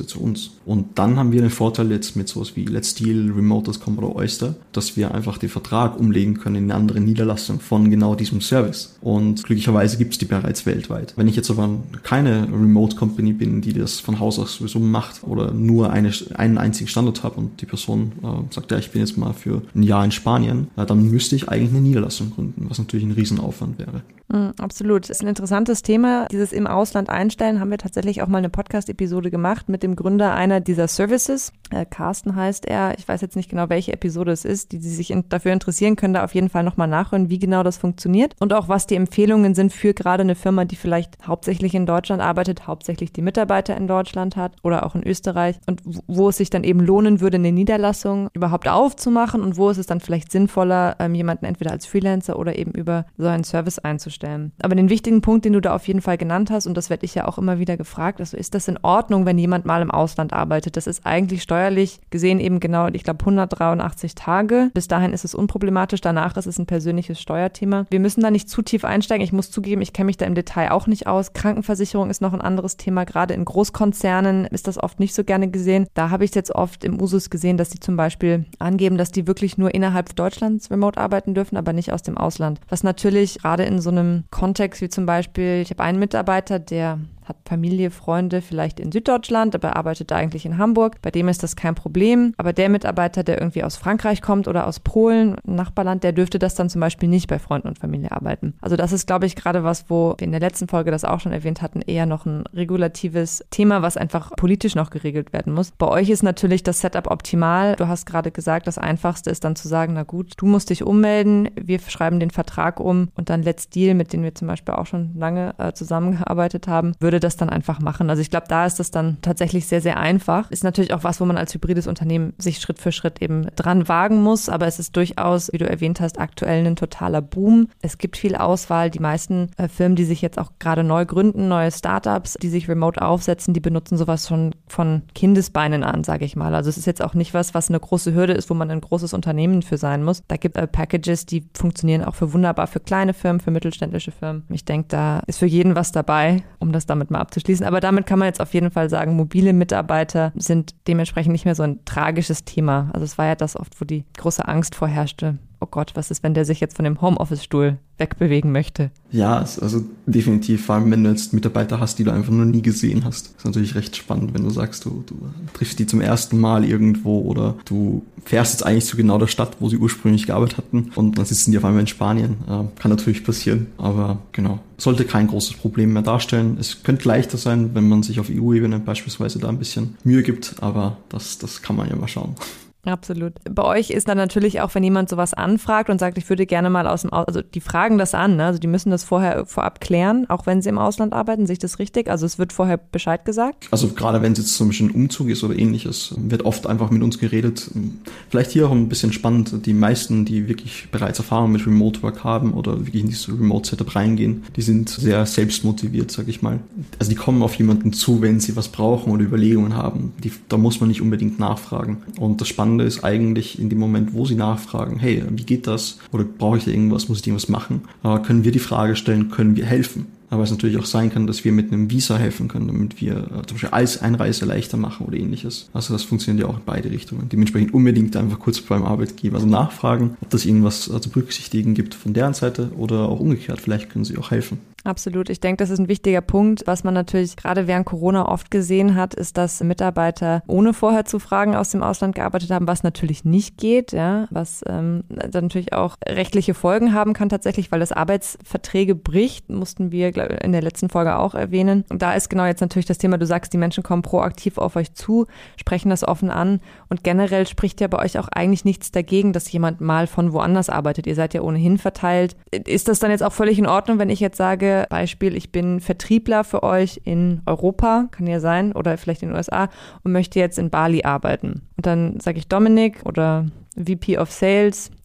muss. Und dann haben wir den Vorteil jetzt mit sowas wie Let's Deal, Remote.com oder Oyster, dass wir einfach den Vertrag umlegen können in eine andere Niederlassung von genau diesem Service. Und glücklicherweise gibt es die bereits weltweit. Wenn ich jetzt aber keine Remote-Company bin, die das von Haus aus sowieso macht oder nur einen einzigen Standort habe und die Person sagt, ja, ich bin jetzt mal für ein Jahr in Spanien, dann müsste ich eigentlich eine Niederlassung gründen, was natürlich ein Riesenaufwand wäre. Absolut. Das ist ein interessantes Thema. Dieses im Ausland einstellen haben wir tatsächlich auch mal eine Podcast-Episode gemacht mit dem Gründer einer dieser Services. Carsten heißt er. Ich weiß jetzt nicht genau, welche Episode es ist. Die sich dafür interessieren, können da auf jeden Fall nochmal nachhören, wie genau das funktioniert und auch was die Empfehlungen sind für gerade eine Firma, die vielleicht hauptsächlich in Deutschland arbeitet, hauptsächlich die Mitarbeiter in Deutschland hat oder auch in Österreich und wo es sich dann eben lohnen würde, eine Niederlassung überhaupt aufzumachen und wo ist es dann vielleicht sinnvoller, jemanden entweder als Freelancer oder eben über so einen Service einzustellen. Aber den wichtigen Punkt, den du da auf jeden Fall genannt hast, und das werde ich ja auch immer wieder gefragt, also ist das in Ordnung, wenn jemand mal im Ausland arbeitet? Das ist eigentlich steuerlich gesehen eben genau, ich glaube, 183 Tage. Bis dahin ist es unproblematisch, danach ist es ein persönliches Steuerthema. Wir müssen da nicht zu tief einsteigen. Ich muss zugeben, ich kenne mich da im Detail auch nicht aus. Krankenversicherung ist noch ein anderes Thema. Gerade in Großkonzernen ist das oft nicht so gerne gesehen. Da habe ich es jetzt oft im Usus gesehen, dass die zum Beispiel angeben, dass die wirklich nur innerhalb Deutschlands remote arbeiten dürfen, aber nicht aus dem Ausland. Was natürlich gerade in so einem Kontext wie zum Beispiel, ich habe einen Mitarbeiter, der hat Familie, Freunde vielleicht in Süddeutschland, aber arbeitet eigentlich in Hamburg. Bei dem ist das kein Problem. Aber der Mitarbeiter, der irgendwie aus Frankreich kommt oder aus Polen, ein Nachbarland, der dürfte das dann zum Beispiel nicht bei Freunden und Familie arbeiten. Also das ist, glaube ich, gerade was, wo wir in der letzten Folge das auch schon erwähnt hatten, eher noch ein regulatives Thema, was einfach politisch noch geregelt werden muss. Bei euch ist natürlich das Setup optimal. Du hast gerade gesagt, das Einfachste ist dann zu sagen, na gut, du musst dich ummelden, wir schreiben den Vertrag um und dann Let's Deal, mit denen wir zum Beispiel auch schon lange zusammengearbeitet haben, würde das dann einfach machen. Also ich glaube, da ist das dann tatsächlich sehr, sehr einfach. Ist natürlich auch was, wo man als hybrides Unternehmen sich Schritt für Schritt eben dran wagen muss, aber es ist durchaus, wie du erwähnt hast, aktuell ein totaler Boom. Es gibt viel Auswahl. Die meisten Firmen, die sich jetzt auch gerade neu gründen, neue Startups, die sich remote aufsetzen, die benutzen sowas schon von Kindesbeinen an, sage ich mal. Also es ist jetzt auch nicht was eine große Hürde ist, wo man ein großes Unternehmen für sein muss. Da gibt es Packages, die funktionieren auch wunderbar für kleine Firmen, für mittelständische Firmen. Ich denke, da ist für jeden was dabei, um das damit mal abzuschließen. Aber damit kann man jetzt auf jeden Fall sagen, mobile Mitarbeiter sind dementsprechend nicht mehr so ein tragisches Thema. Also es war ja das oft, wo die große Angst vorherrschte. Oh Gott, was ist, wenn der sich jetzt von dem Homeoffice-Stuhl wegbewegen möchte? Ja, also definitiv, vor allem wenn du jetzt Mitarbeiter hast, die du einfach noch nie gesehen hast. Das ist natürlich recht spannend, wenn du sagst, du triffst die zum ersten Mal irgendwo oder du fährst jetzt eigentlich zu genau der Stadt, wo sie ursprünglich gearbeitet hatten und dann sitzen die auf einmal in Spanien. Kann natürlich passieren, aber genau, sollte kein großes Problem mehr darstellen. Es könnte leichter sein, wenn man sich auf EU-Ebene beispielsweise da ein bisschen Mühe gibt, aber das kann man ja mal schauen. Absolut. Bei euch ist dann natürlich auch, wenn jemand sowas anfragt und sagt, ich würde gerne mal also die fragen das an, ne? Also die müssen das vorab klären, auch wenn sie im Ausland arbeiten, sehe ich das richtig? Also es wird vorher Bescheid gesagt? Also gerade wenn es jetzt zum Beispiel ein Umzug ist oder ähnliches, wird oft einfach mit uns geredet. Vielleicht hier auch ein bisschen spannend, die meisten, die wirklich bereits Erfahrung mit Remote Work haben oder wirklich in dieses Remote Setup reingehen, die sind sehr selbstmotiviert, sag ich mal. Also die kommen auf jemanden zu, wenn sie was brauchen oder Überlegungen haben. Da muss man nicht unbedingt nachfragen. Und das Spannende ist eigentlich in dem Moment, wo sie nachfragen, hey, wie geht das? Oder brauche ich da irgendwas? Muss ich irgendwas machen? Können wir die Frage stellen, können wir helfen? Aber es natürlich auch sein kann, dass wir mit einem Visa helfen können, damit wir zum Beispiel als Einreise leichter machen oder ähnliches. Also das funktioniert ja auch in beide Richtungen. Dementsprechend unbedingt einfach kurz beim Arbeitgeber nachfragen, ob das irgendwas zu berücksichtigen gibt von deren Seite oder auch umgekehrt. Vielleicht können sie auch helfen. Absolut. Ich denke, das ist ein wichtiger Punkt. Was man natürlich gerade während Corona oft gesehen hat, ist, dass Mitarbeiter ohne vorher zu fragen aus dem Ausland gearbeitet haben, was natürlich nicht geht, ja, was dann natürlich auch rechtliche Folgen haben kann tatsächlich, weil das Arbeitsverträge bricht, mussten wir in der letzten Folge auch erwähnen. Und da ist genau jetzt natürlich das Thema, du sagst, die Menschen kommen proaktiv auf euch zu, sprechen das offen an und generell spricht ja bei euch auch eigentlich nichts dagegen, dass jemand mal von woanders arbeitet. Ihr seid ja ohnehin verteilt. Ist das dann jetzt auch völlig in Ordnung, wenn ich jetzt sage, Beispiel, ich bin Vertriebler für euch in Europa, kann ja sein, oder vielleicht in den USA und möchte jetzt in Bali arbeiten. Und dann sage ich Dominik oder VP of Sales,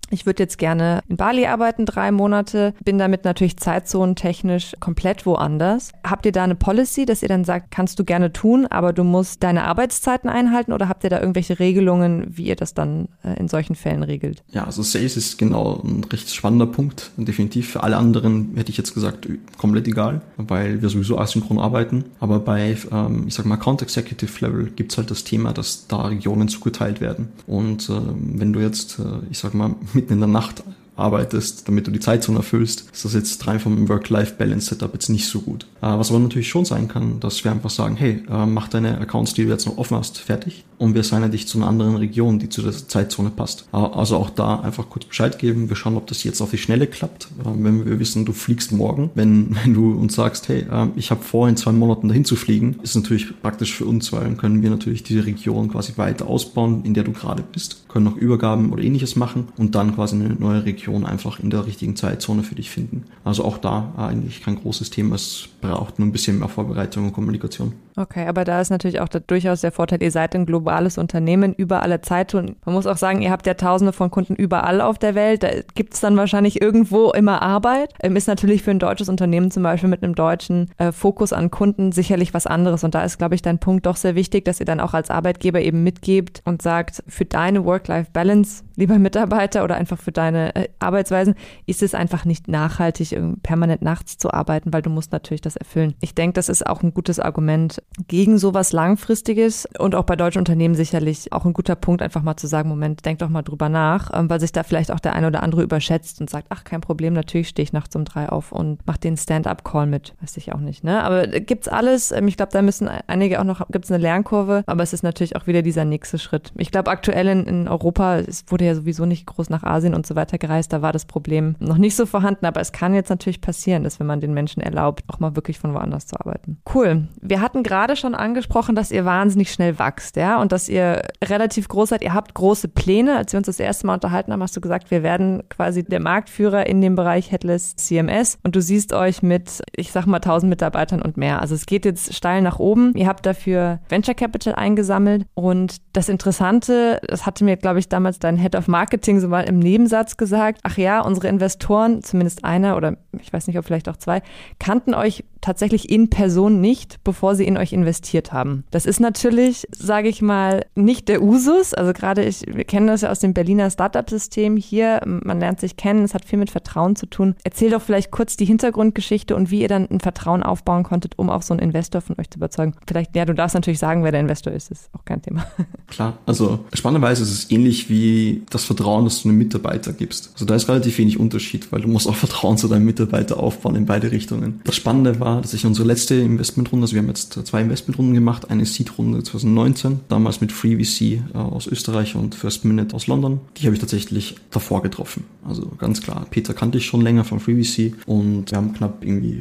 ich würde jetzt gerne in Bali arbeiten, 3 Monate, bin damit natürlich zeitzonentechnisch komplett woanders. Habt ihr da eine Policy, dass ihr dann sagt, kannst du gerne tun, aber du musst deine Arbeitszeiten einhalten, oder habt ihr da irgendwelche Regelungen, wie ihr das dann in solchen Fällen regelt? Ja, also Sales ist genau ein recht spannender Punkt. Definitiv für alle anderen hätte ich jetzt gesagt, komplett egal, weil wir sowieso asynchron arbeiten. Aber bei, ich sag mal, Account Executive Level gibt's halt das Thema, dass da Regionen zugeteilt werden. Und wenn du jetzt, ich sag mal, mitten in der Nacht arbeitest, damit du die Zeitzone erfüllst, ist das jetzt rein vom Work-Life-Balance-Setup jetzt nicht so gut. Was aber natürlich schon sein kann, dass wir einfach sagen, hey, mach deine Accounts, die du jetzt noch offen hast, fertig und wir assignen dich zu einer anderen Region, die zu der Zeitzone passt. Also auch da einfach kurz Bescheid geben, wir schauen, ob das jetzt auf die Schnelle klappt. Wenn wir wissen, du fliegst morgen, wenn du uns sagst, hey, ich habe vor, in 2 Monaten dahin zu fliegen, ist natürlich praktisch für uns, weil dann können wir natürlich diese Region quasi weiter ausbauen, in der du gerade bist, können noch Übergaben oder ähnliches machen und dann quasi eine neue Region einfach in der richtigen Zeitzone für dich finden. Also auch da eigentlich kein großes Thema. Es braucht nur ein bisschen mehr Vorbereitung und Kommunikation. Okay, aber da ist natürlich auch durchaus der Vorteil, ihr seid ein globales Unternehmen über alle Zeitzonen. Man muss auch sagen, ihr habt ja Tausende von Kunden überall auf der Welt. Da gibt es dann wahrscheinlich irgendwo immer Arbeit. Ist natürlich für ein deutsches Unternehmen zum Beispiel mit einem deutschen Fokus an Kunden sicherlich was anderes. Und da ist, glaube ich, dein Punkt doch sehr wichtig, dass ihr dann auch als Arbeitgeber eben mitgebt und sagt, für deine Work-Life-Balance, lieber Mitarbeiter, oder einfach für deine Arbeitsweisen, ist es einfach nicht nachhaltig, permanent nachts zu arbeiten, weil du musst natürlich das erfüllen. Ich denke, das ist auch ein gutes Argument gegen sowas Langfristiges und auch bei deutschen Unternehmen sicherlich auch ein guter Punkt, einfach mal zu sagen, Moment, denk doch mal drüber nach, weil sich da vielleicht auch der eine oder andere überschätzt und sagt, ach, kein Problem, natürlich stehe ich nachts um 3 auf und mache den Stand-up-Call mit. Weiß ich auch nicht, ne? Aber gibt's alles. Ich glaube, da müssen einige auch noch, gibt's eine Lernkurve, aber es ist natürlich auch wieder dieser nächste Schritt. Ich glaube, aktuell in Europa, es wurde ja sowieso nicht groß nach Asien und so weiter gereist, da war das Problem noch nicht so vorhanden, aber es kann jetzt natürlich passieren, dass wenn man den Menschen erlaubt, auch mal wirklich von woanders zu arbeiten. Cool. Wir hatten gerade schon angesprochen, dass ihr wahnsinnig schnell wächst, ja, und dass ihr relativ groß seid. Ihr habt große Pläne. Als wir uns das erste Mal unterhalten haben, hast du gesagt, wir werden quasi der Marktführer in dem Bereich Headless CMS und du siehst euch mit, ich sag mal, 1000 Mitarbeitern und mehr. Also es geht jetzt steil nach oben. Ihr habt dafür Venture Capital eingesammelt und das Interessante, das hatte mir, glaube ich, damals dein Head of Marketing so mal im Nebensatz gesagt, ach ja, unsere Investoren, zumindest einer oder ich weiß nicht, ob vielleicht auch 2, kannten euch tatsächlich in Person nicht, bevor sie in euch investiert haben. Das ist natürlich, sage ich mal, nicht der Usus. Also gerade wir kennen das ja aus dem Berliner Startup-System hier. Man lernt sich kennen, es hat viel mit Vertrauen zu tun. Erzähl doch vielleicht kurz die Hintergrundgeschichte und wie ihr dann ein Vertrauen aufbauen konntet, um auch so einen Investor von euch zu überzeugen. Vielleicht, ja, du darfst natürlich sagen, wer der Investor ist auch kein Thema. Klar, also spannenderweise ist es ähnlich wie das Vertrauen, das du einem Mitarbeiter gibst. Also da ist relativ wenig Unterschied, weil du musst auch Vertrauen zu deinem Mitarbeiter aufbauen in beide Richtungen. Das Spannende war, dass ich unsere letzte Investmentrunde, also wir haben jetzt 2 Investmentrunden gemacht, eine Seed-Runde 2019, damals mit FreeVC aus Österreich und First Minute aus London. Die habe ich tatsächlich davor getroffen. Also ganz klar, Peter kannte ich schon länger von FreeVC und wir haben knapp irgendwie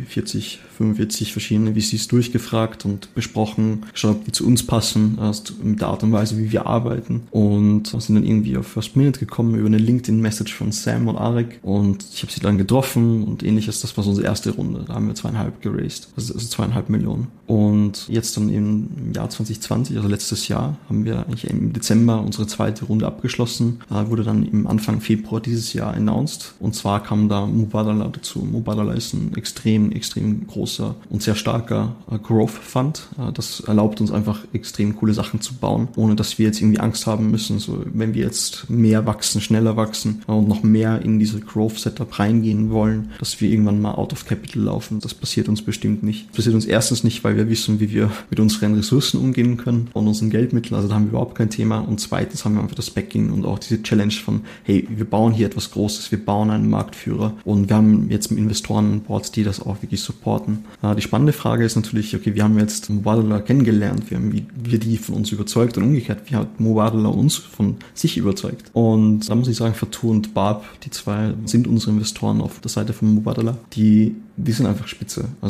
45 verschiedene VCs durchgefragt und besprochen, geschaut, ob die zu uns passen, also mit der Art und Weise, wie wir arbeiten, und sind dann irgendwie auf First Minute gekommen über eine LinkedIn-Message von Sam und Arek und ich habe sie dann getroffen und ähnliches. Das war so unsere erste Runde, da haben wir 2,5 geraced, also 2,5 Millionen. Und jetzt dann im Jahr 2020, also letztes Jahr, haben wir eigentlich im Dezember unsere zweite Runde abgeschlossen, wurde dann im Anfang Februar dieses Jahr announced und zwar kam da Mubadala dazu. Mubadala ist ein extrem großer und sehr starker Growth Fund. Das erlaubt uns einfach extrem coole Sachen zu bauen, ohne dass wir jetzt irgendwie Angst haben müssen, so wenn wir jetzt mehr wachsen, schneller wachsen und noch mehr in diese Growth Setup reingehen wollen, dass wir irgendwann mal out of capital laufen. Das passiert uns bestimmt nicht. Das passiert uns erstens nicht, weil wir wissen, wie wir mit unseren Ressourcen umgehen können und unseren Geldmitteln, also da haben wir überhaupt kein Thema, und zweitens haben wir einfach das Backing und auch diese Challenge von, hey, wir bauen hier etwas Großes, wir bauen einen Marktführer und wir haben jetzt Investoren an Bord, die das auch wirklich supporten. Die spannende Frage ist natürlich, okay, wir haben jetzt Mubadala kennengelernt, wie wir die von uns überzeugt und umgekehrt, wie hat Mubadala uns von sich überzeugt. Und da muss ich sagen, Fatou und Barb, die 2 sind unsere Investoren auf der Seite von Mubadala, die sind einfach spitze. Also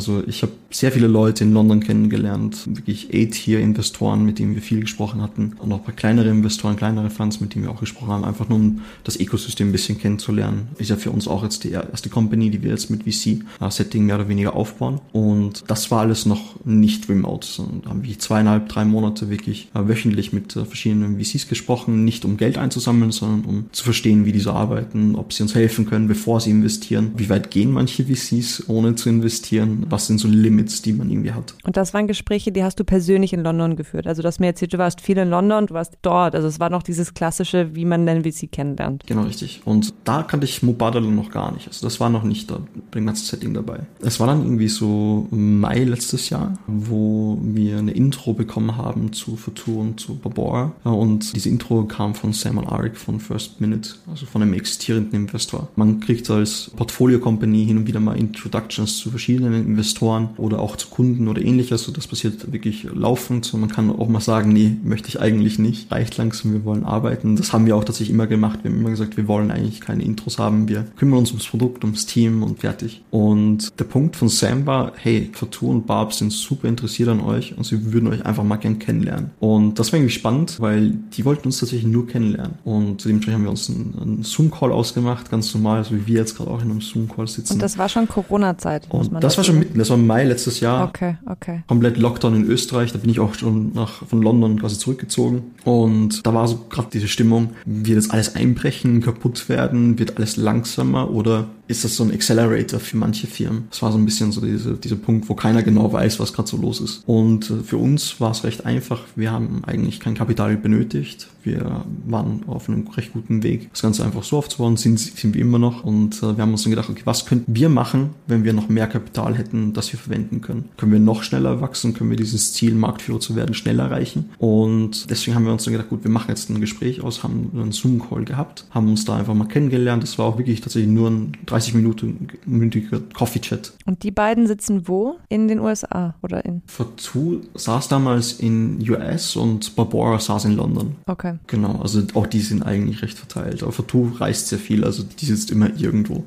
Also ich habe sehr viele Leute in London kennengelernt, wirklich A-Tier-Investoren, mit denen wir viel gesprochen hatten und auch ein paar kleinere Investoren, kleinere Funds, mit denen wir auch gesprochen haben, einfach nur um das Ökosystem ein bisschen kennenzulernen. Ist ja für uns auch jetzt die erste Company, die wir jetzt mit VC-Setting mehr oder weniger aufbauen, und das war alles noch nicht remote, sondern da haben wir 2,5-3 Monate wirklich wöchentlich mit verschiedenen VCs gesprochen, nicht um Geld einzusammeln, sondern um zu verstehen, wie diese arbeiten, ob sie uns helfen können, bevor sie investieren, wie weit gehen manche VCs, ohne zu investieren, was sind so Limits, die man irgendwie hat. Und das waren Gespräche, die hast du persönlich in London geführt? Also du hast mir erzählt, du warst viel in London, du warst dort, also es war noch dieses klassische, wie man den VC kennenlernt. Genau, richtig. Und da kannte ich Mubadala noch gar nicht, also das war noch nicht da, beim ganzen Setting dabei. Es war dann irgendwie so Mai letztes Jahr, wo wir eine Intro bekommen haben zu Futur und zu Babora, und diese Intro kam von Sam Al-Arik von First Minute, also von einem existierenden Investor. Man kriegt als Portfolio-Company hin und wieder mal Introductions zu verschiedenen Investoren oder auch zu Kunden oder ähnliches. So, das passiert wirklich laufend. So, man kann auch mal sagen, nee, möchte ich eigentlich nicht. Reicht langsam, wir wollen arbeiten. Das haben wir auch tatsächlich immer gemacht. Wir haben immer gesagt, wir wollen eigentlich keine Intros haben. Wir kümmern uns ums Produkt, ums Team und fertig. Und der Punkt von Sam war, hey, Fatou und Barb sind super interessiert an euch und sie würden euch einfach mal gern kennenlernen. Und das war irgendwie spannend, weil die wollten uns tatsächlich nur kennenlernen. Und dementsprechend haben wir uns einen Zoom-Call ausgemacht, ganz normal, so wie wir jetzt gerade auch in einem Zoom-Call sitzen. Und das war schon Corona-Zeit, muss man das war schon mitten, das war im Mai letztes Jahr. Okay. Komplett Lockdown in Österreich, da bin ich auch schon von London quasi zurückgezogen. Und da war so gerade diese Stimmung, wird jetzt alles einbrechen, kaputt werden, wird alles langsamer oder ist das so ein Accelerator für manche Firmen? Das war so ein bisschen so dieser Punkt, wo keiner genau weiß, was gerade so los ist. Und für uns war es recht einfach. Wir haben eigentlich kein Kapital benötigt. Wir waren auf einem recht guten Weg, das Ganze einfach so aufzubauen, sind wir immer noch. Und wir haben uns dann gedacht, okay, was könnten wir machen, wenn wir noch mehr Kapital hätten, das wir verwenden können? Können wir noch schneller wachsen? Können wir dieses Ziel, Marktführer zu werden, schneller erreichen? Und deswegen haben wir uns dann gedacht, gut, wir machen jetzt ein Gespräch aus, haben einen Zoom-Call gehabt, haben uns da einfach mal kennengelernt. Das war auch wirklich tatsächlich nur ein 30-minütiger Coffee-Chat. Und die beiden sitzen wo? In den USA oder in? Fatou saß damals in US und Babora saß in London. Okay. Genau, also auch die sind eigentlich recht verteilt. Aber Fatou reist sehr viel, also die sitzt immer irgendwo.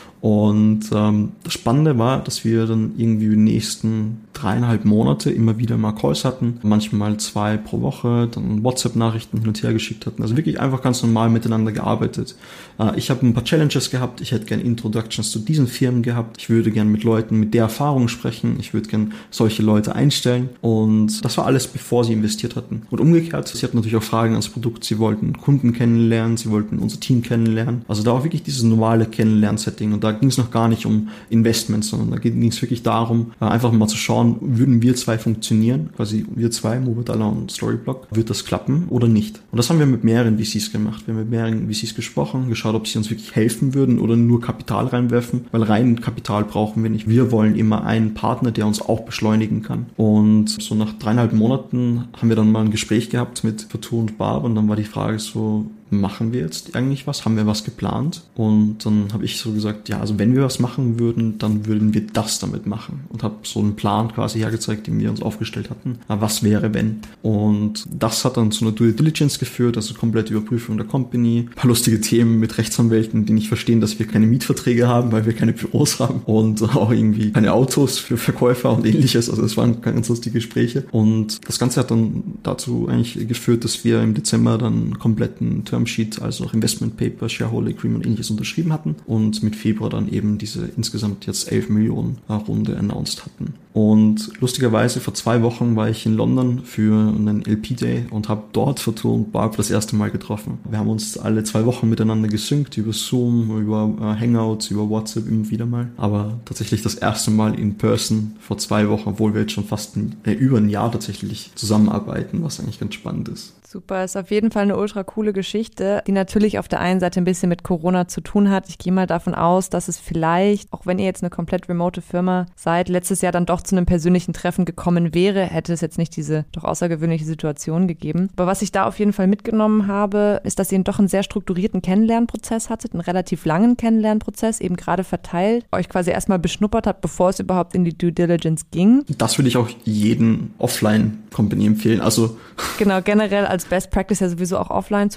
Und das Spannende war, dass wir dann irgendwie die nächsten 3,5 Monate immer wieder mal Calls hatten, manchmal 2 pro Woche, dann WhatsApp-Nachrichten hin und her geschickt hatten, also wirklich einfach ganz normal miteinander gearbeitet. Ich habe ein paar Challenges gehabt, ich hätte gerne Introductions zu diesen Firmen gehabt, ich würde gerne mit Leuten mit der Erfahrung sprechen, ich würde gerne solche Leute einstellen, und das war alles, bevor sie investiert hatten. Und umgekehrt, sie hatten natürlich auch Fragen ans Produkt, sie wollten Kunden kennenlernen, sie wollten unser Team kennenlernen, also da war wirklich dieses normale Kennenlern-Setting, und da ging es noch gar nicht um Investments, sondern da ging es wirklich darum, einfach mal zu schauen, würden wir zwei funktionieren, quasi wir zwei, Mubadala und Storyblock, wird das klappen oder nicht? Und das haben wir mit mehreren VCs gemacht. Wir haben mit mehreren VCs gesprochen, geschaut, ob sie uns wirklich helfen würden oder nur Kapital reinwerfen, weil rein Kapital brauchen wir nicht. Wir wollen immer einen Partner, der uns auch beschleunigen kann. Und so nach 3,5 Monaten haben wir dann mal ein Gespräch gehabt mit Fatou und Barb, und dann war die Frage so, machen wir jetzt eigentlich was? Haben wir was geplant? Und dann habe ich so gesagt, ja, also wenn wir was machen würden, dann würden wir das damit machen. Und habe so einen Plan quasi hergezeigt, den wir uns aufgestellt hatten. Was wäre, wenn? Und das hat dann zu einer Due Diligence geführt, also komplette Überprüfung der Company. Ein paar lustige Themen mit Rechtsanwälten, die nicht verstehen, dass wir keine Mietverträge haben, weil wir keine Büros haben. Und auch irgendwie keine Autos für Verkäufer und ähnliches. Also es waren ganz lustige Gespräche. Und das Ganze hat dann dazu eigentlich geführt, dass wir im Dezember dann einen kompletten Termsheet, also auch Investment Paper, Shareholder Agreement und ähnliches unterschrieben hatten und mit Februar dann eben diese insgesamt jetzt 11 Millionen Runde announced hatten. Und lustigerweise vor 2 Wochen war ich in London für einen LP-Day und habe dort Fatou und Barb das erste Mal getroffen. Wir haben uns alle 2 Wochen miteinander gesynkt, über Zoom, über Hangouts, über WhatsApp immer wieder mal. Aber tatsächlich das erste Mal in person vor 2 Wochen, obwohl wir jetzt schon fast über ein Jahr tatsächlich zusammenarbeiten, was eigentlich ganz spannend ist. Super, ist auf jeden Fall eine ultra coole Geschichte, die natürlich auf der einen Seite ein bisschen mit Corona zu tun hat. Ich gehe mal davon aus, dass es vielleicht, auch wenn ihr jetzt eine komplett remote Firma seid, letztes Jahr dann doch zu einem persönlichen Treffen gekommen wäre, hätte es jetzt nicht diese doch außergewöhnliche Situation gegeben. Aber was ich da auf jeden Fall mitgenommen habe, ist, dass ihr doch einen sehr strukturierten Kennenlernprozess hattet, einen relativ langen Kennenlernprozess, eben gerade verteilt, euch quasi erstmal beschnuppert habt, bevor es überhaupt in die Due Diligence ging. Das würde ich auch jeden Offline-Company empfehlen. Also genau, generell als Best Practice ja sowieso auch offline zu tun, aber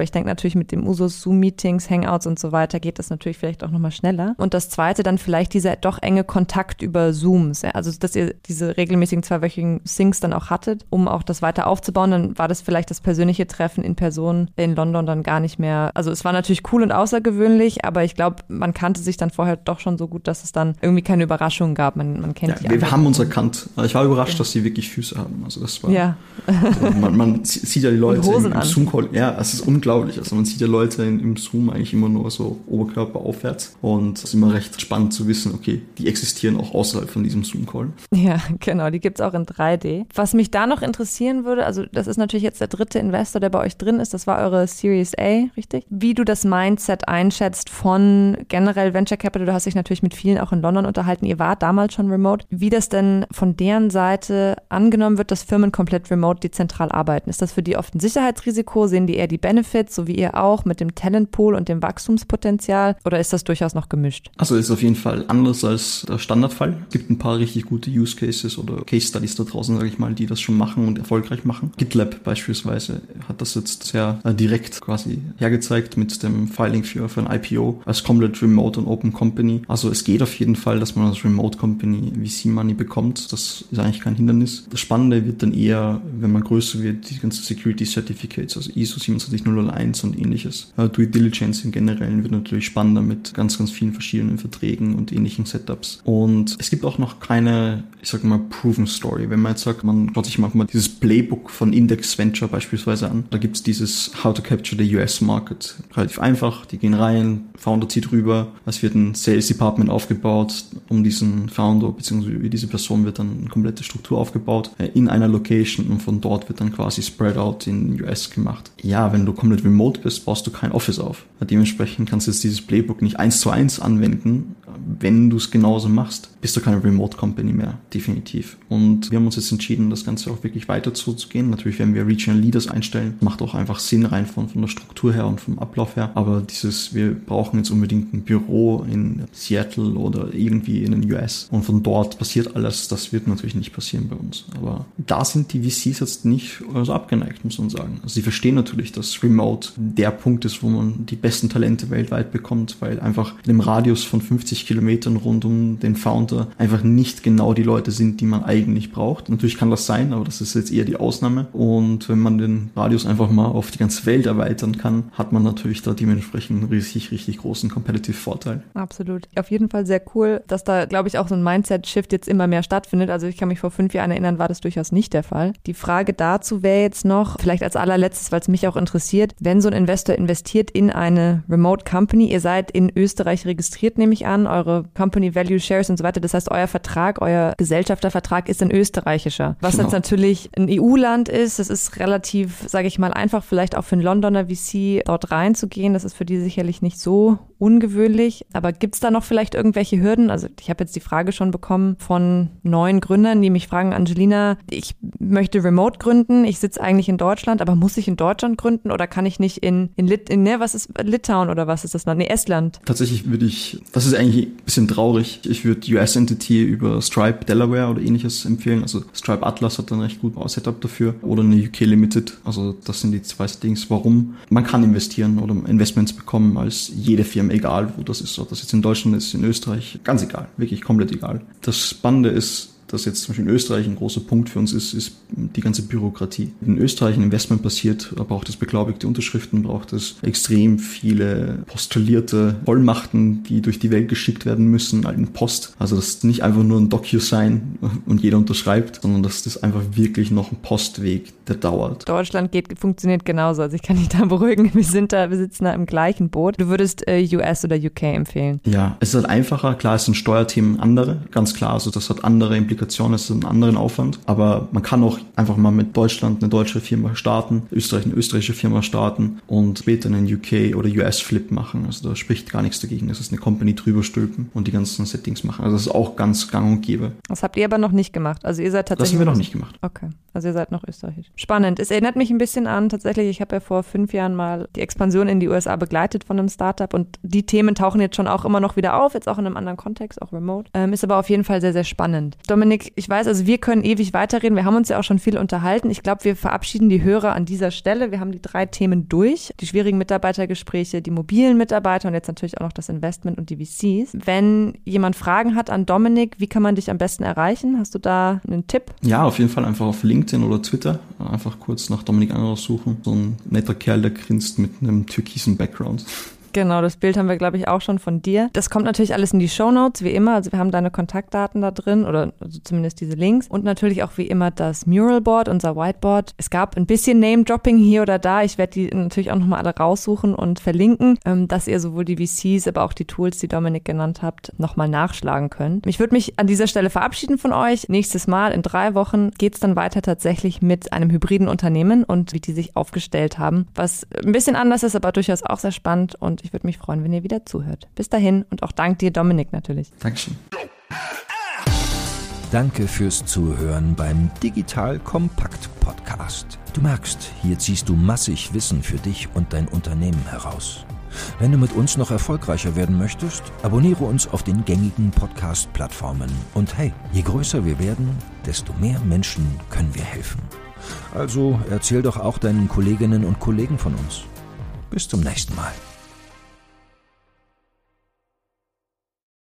ich denke natürlich mit dem Usus, Zoom-Meetings, Hangouts und so weiter geht das natürlich vielleicht auch nochmal schneller. Und das Zweite dann vielleicht dieser doch enge Kontakt über Zooms. Ja? Also, dass ihr diese regelmäßigen 2-wöchigen Syncs dann auch hattet, um auch das weiter aufzubauen. Dann war das vielleicht das persönliche Treffen in Person in London dann gar nicht mehr. Also es war natürlich cool und außergewöhnlich, aber ich glaube, man kannte sich dann vorher doch schon so gut, dass es dann irgendwie keine Überraschungen gab. Man kennt die wir haben uns erkannt. Ich war überrascht, dass sie wirklich Füße haben. Also das war. Ja. Also man sieht ja die Leute im Zoom-Call. Ja, es ist unglaublich. Also man sieht ja Leute im Zoom eigentlich immer nur so Oberkörper aufwärts. Und es ist immer recht spannend zu wissen, okay, die existieren auch außerhalb von diesem Zoom-Call. Ja, genau. Die gibt es auch in 3D. Was mich da noch interessieren würde, also das ist natürlich jetzt der dritte Investor, der bei euch drin ist. Das war eure Series A, richtig? Wie du das Mindset einschätzt von generell Venture Capital. Du hast dich natürlich mit vielen auch in London unterhalten. Ihr wart damals schon remote. Wie das denn von deren Seite angenommen wird, dass Firmen komplett remote dezentral arbeiten. Ist das für die oft ein Sicherheitsrisiko? Sehen die eher die Benefits, so wie ihr auch, mit dem Talentpool und dem Wachstumspotenzial? Oder ist das durchaus noch gemischt? Also ist auf jeden Fall anders als der Standardfall. Es gibt ein paar richtig gute Use Cases oder Case Studies da draußen, sage ich mal, die das schon machen und erfolgreich machen. GitLab beispielsweise hat das jetzt sehr direkt quasi hergezeigt mit dem Filing für ein IPO als komplett Remote und Open Company. Also es geht auf jeden Fall, dass man als Remote Company VC-Money bekommt. Das ist eigentlich kein Hindernis. Das Spannende wird dann eher, wenn man größer wird, die ganzen Security Certificates, also ISO 27001 und ähnliches. Due Diligence im Generellen wird natürlich spannender mit ganz, ganz vielen verschiedenen Verträgen und ähnlichen Setups. Und es gibt auch noch keine, ich sag mal, Proven Story. Wenn man jetzt sagt, man schaut sich manchmal dieses Playbook von Index Venture beispielsweise an, da gibt es dieses How to Capture the US Market. Relativ einfach, die gehen rein, Founder zieht rüber, es wird ein Sales Department aufgebaut, um diesen Founder bzw. über diese Person wird dann eine komplette Struktur aufgebaut in einer Location und von dort wird dann quasi Spread Out in US gemacht. Ja, wenn du komplett remote bist, baust du kein Office auf. Dementsprechend kannst du jetzt dieses Playbook nicht 1:1 anwenden. Wenn du es genauso machst, bist du keine Remote Company mehr, definitiv. Und wir haben uns jetzt entschieden, das Ganze auch wirklich weiter zuzugehen. Natürlich werden wir Regional Leaders einstellen. Macht auch einfach Sinn rein von der Struktur her und vom Ablauf her. Aber wir brauchen jetzt unbedingt ein Büro in Seattle oder irgendwie in den US. Und von dort passiert alles. Das wird natürlich nicht passieren bei uns. Aber da sind die VCs jetzt nicht so abgeneigt, muss man sagen. Also sie verstehen natürlich, dass Remote der Punkt ist, wo man die besten Talente weltweit bekommt, weil einfach in einem Radius von 50 Kilometern rund um den Founder einfach nicht genau die Leute sind, die man eigentlich braucht. Natürlich kann das sein, aber das ist jetzt eher die Ausnahme. Und wenn man den Radius einfach mal auf die ganze Welt erweitern kann, hat man natürlich da dementsprechend einen richtig, richtig großen Competitive-Vorteil. Absolut. Auf jeden Fall sehr cool, dass da, glaube ich, auch so ein Mindset-Shift jetzt immer mehr stattfindet. Also ich kann mich vor 5 Jahren erinnern, war das durchaus nicht der Fall. Die Frage dazu wäre jetzt noch, vielleicht als allerletztes, weil es mich auch interessiert, wenn so ein Investor investiert in eine Remote Company, ihr seid in Österreich registriert, nehme ich an, eure Company Value Shares und so weiter, das heißt, euer Vertrag, euer Gesellschaftervertrag ist ein österreichischer. Was jetzt natürlich ein EU-Land ist, das ist relativ, sage ich mal, einfach vielleicht auch für einen Londoner VC dort reinzugehen, das ist für die sicherlich nicht so ungewöhnlich, aber gibt es da noch vielleicht irgendwelche Hürden? Also ich habe jetzt die Frage schon bekommen von neuen Gründern, die mich fragen, Angelina, ich möchte remote gründen, ich sitze eigentlich in Deutschland, aber muss ich in Deutschland gründen oder kann ich nicht in was ist Litauen oder was ist das Land? Nee, Estland. Tatsächlich das ist eigentlich ein bisschen traurig, ich würde US-Entity über Stripe Delaware oder ähnliches empfehlen, also Stripe Atlas hat ein recht gutes Setup dafür oder eine UK Limited, also das sind die zwei Dings, warum man kann investieren oder Investments bekommen als jede Firma, egal wo das ist, ob das jetzt in Deutschland ist, in Österreich, ganz egal, wirklich komplett egal. Das Spannende ist, dass jetzt zum Beispiel in Österreich ein großer Punkt für uns ist die ganze Bürokratie. In Österreich ein Investment passiert, braucht es beglaubigte Unterschriften, braucht es extrem viele postulierte Vollmachten, die durch die Welt geschickt werden müssen, in Post. Also das ist nicht einfach nur ein DocuSign und jeder unterschreibt, sondern das ist einfach wirklich noch ein Postweg, der dauert. Deutschland funktioniert genauso, also ich kann dich da beruhigen, wir sitzen da im gleichen Boot. Du würdest US oder UK empfehlen? Ja, es ist halt einfacher, klar, es sind Steuerthemen andere, ganz klar, also das hat andere Implikationen, es ist einen anderen Aufwand, aber man kann auch einfach mal mit Deutschland eine deutsche Firma starten, Österreich eine österreichische Firma starten und später einen UK oder US Flip machen, also da spricht gar nichts dagegen, das ist eine Company drüber stülpen und die ganzen Settings machen, also das ist auch ganz gang und gäbe. Das habt ihr aber noch nicht gemacht, also ihr seid tatsächlich... Das haben wir noch nicht gemacht. Okay, also ihr seid noch österreichisch. Spannend, es erinnert mich ein bisschen an, tatsächlich, ich habe ja vor 5 Jahren mal die Expansion in die USA begleitet von einem Startup und die Themen tauchen jetzt schon auch immer noch wieder auf, jetzt auch in einem anderen Kontext, auch remote, ist aber auf jeden Fall sehr, sehr spannend. Dominik, Dominik, ich weiß, also wir können ewig weiterreden. Wir haben uns ja auch schon viel unterhalten. Ich glaube, wir verabschieden die Hörer an dieser Stelle. Wir haben die 3 Themen durch. Die schwierigen Mitarbeitergespräche, die mobilen Mitarbeiter und jetzt natürlich auch noch das Investment und die VCs. Wenn jemand Fragen hat an Dominik, wie kann man dich am besten erreichen? Hast du da einen Tipp? Ja, auf jeden Fall einfach auf LinkedIn oder Twitter. Einfach kurz nach Dominik Angerer suchen. So ein netter Kerl, der grinst mit einem türkisen Background. Genau, das Bild haben wir, glaube ich, auch schon von dir. Das kommt natürlich alles in die Shownotes, wie immer. Also wir haben deine Kontaktdaten da drin oder also zumindest diese Links. Und natürlich auch wie immer das Muralboard, unser Whiteboard. Es gab ein bisschen Name-Dropping hier oder da. Ich werde die natürlich auch nochmal alle raussuchen und verlinken, dass ihr sowohl die VCs, aber auch die Tools, die Dominik genannt habt, nochmal nachschlagen könnt. Ich würde mich an dieser Stelle verabschieden von euch. Nächstes Mal in 3 Wochen geht es dann weiter tatsächlich mit einem hybriden Unternehmen und wie die sich aufgestellt haben. Was ein bisschen anders ist, aber durchaus auch sehr spannend und ich würde mich freuen, wenn ihr wieder zuhört. Bis dahin und auch dank dir, Dominik, natürlich. Dankeschön. Danke fürs Zuhören beim Digital Kompakt Podcast. Du merkst, hier ziehst du massig Wissen für dich und dein Unternehmen heraus. Wenn du mit uns noch erfolgreicher werden möchtest, abonniere uns auf den gängigen Podcast-Plattformen. Und hey, je größer wir werden, desto mehr Menschen können wir helfen. Also erzähl doch auch deinen Kolleginnen und Kollegen von uns. Bis zum nächsten Mal.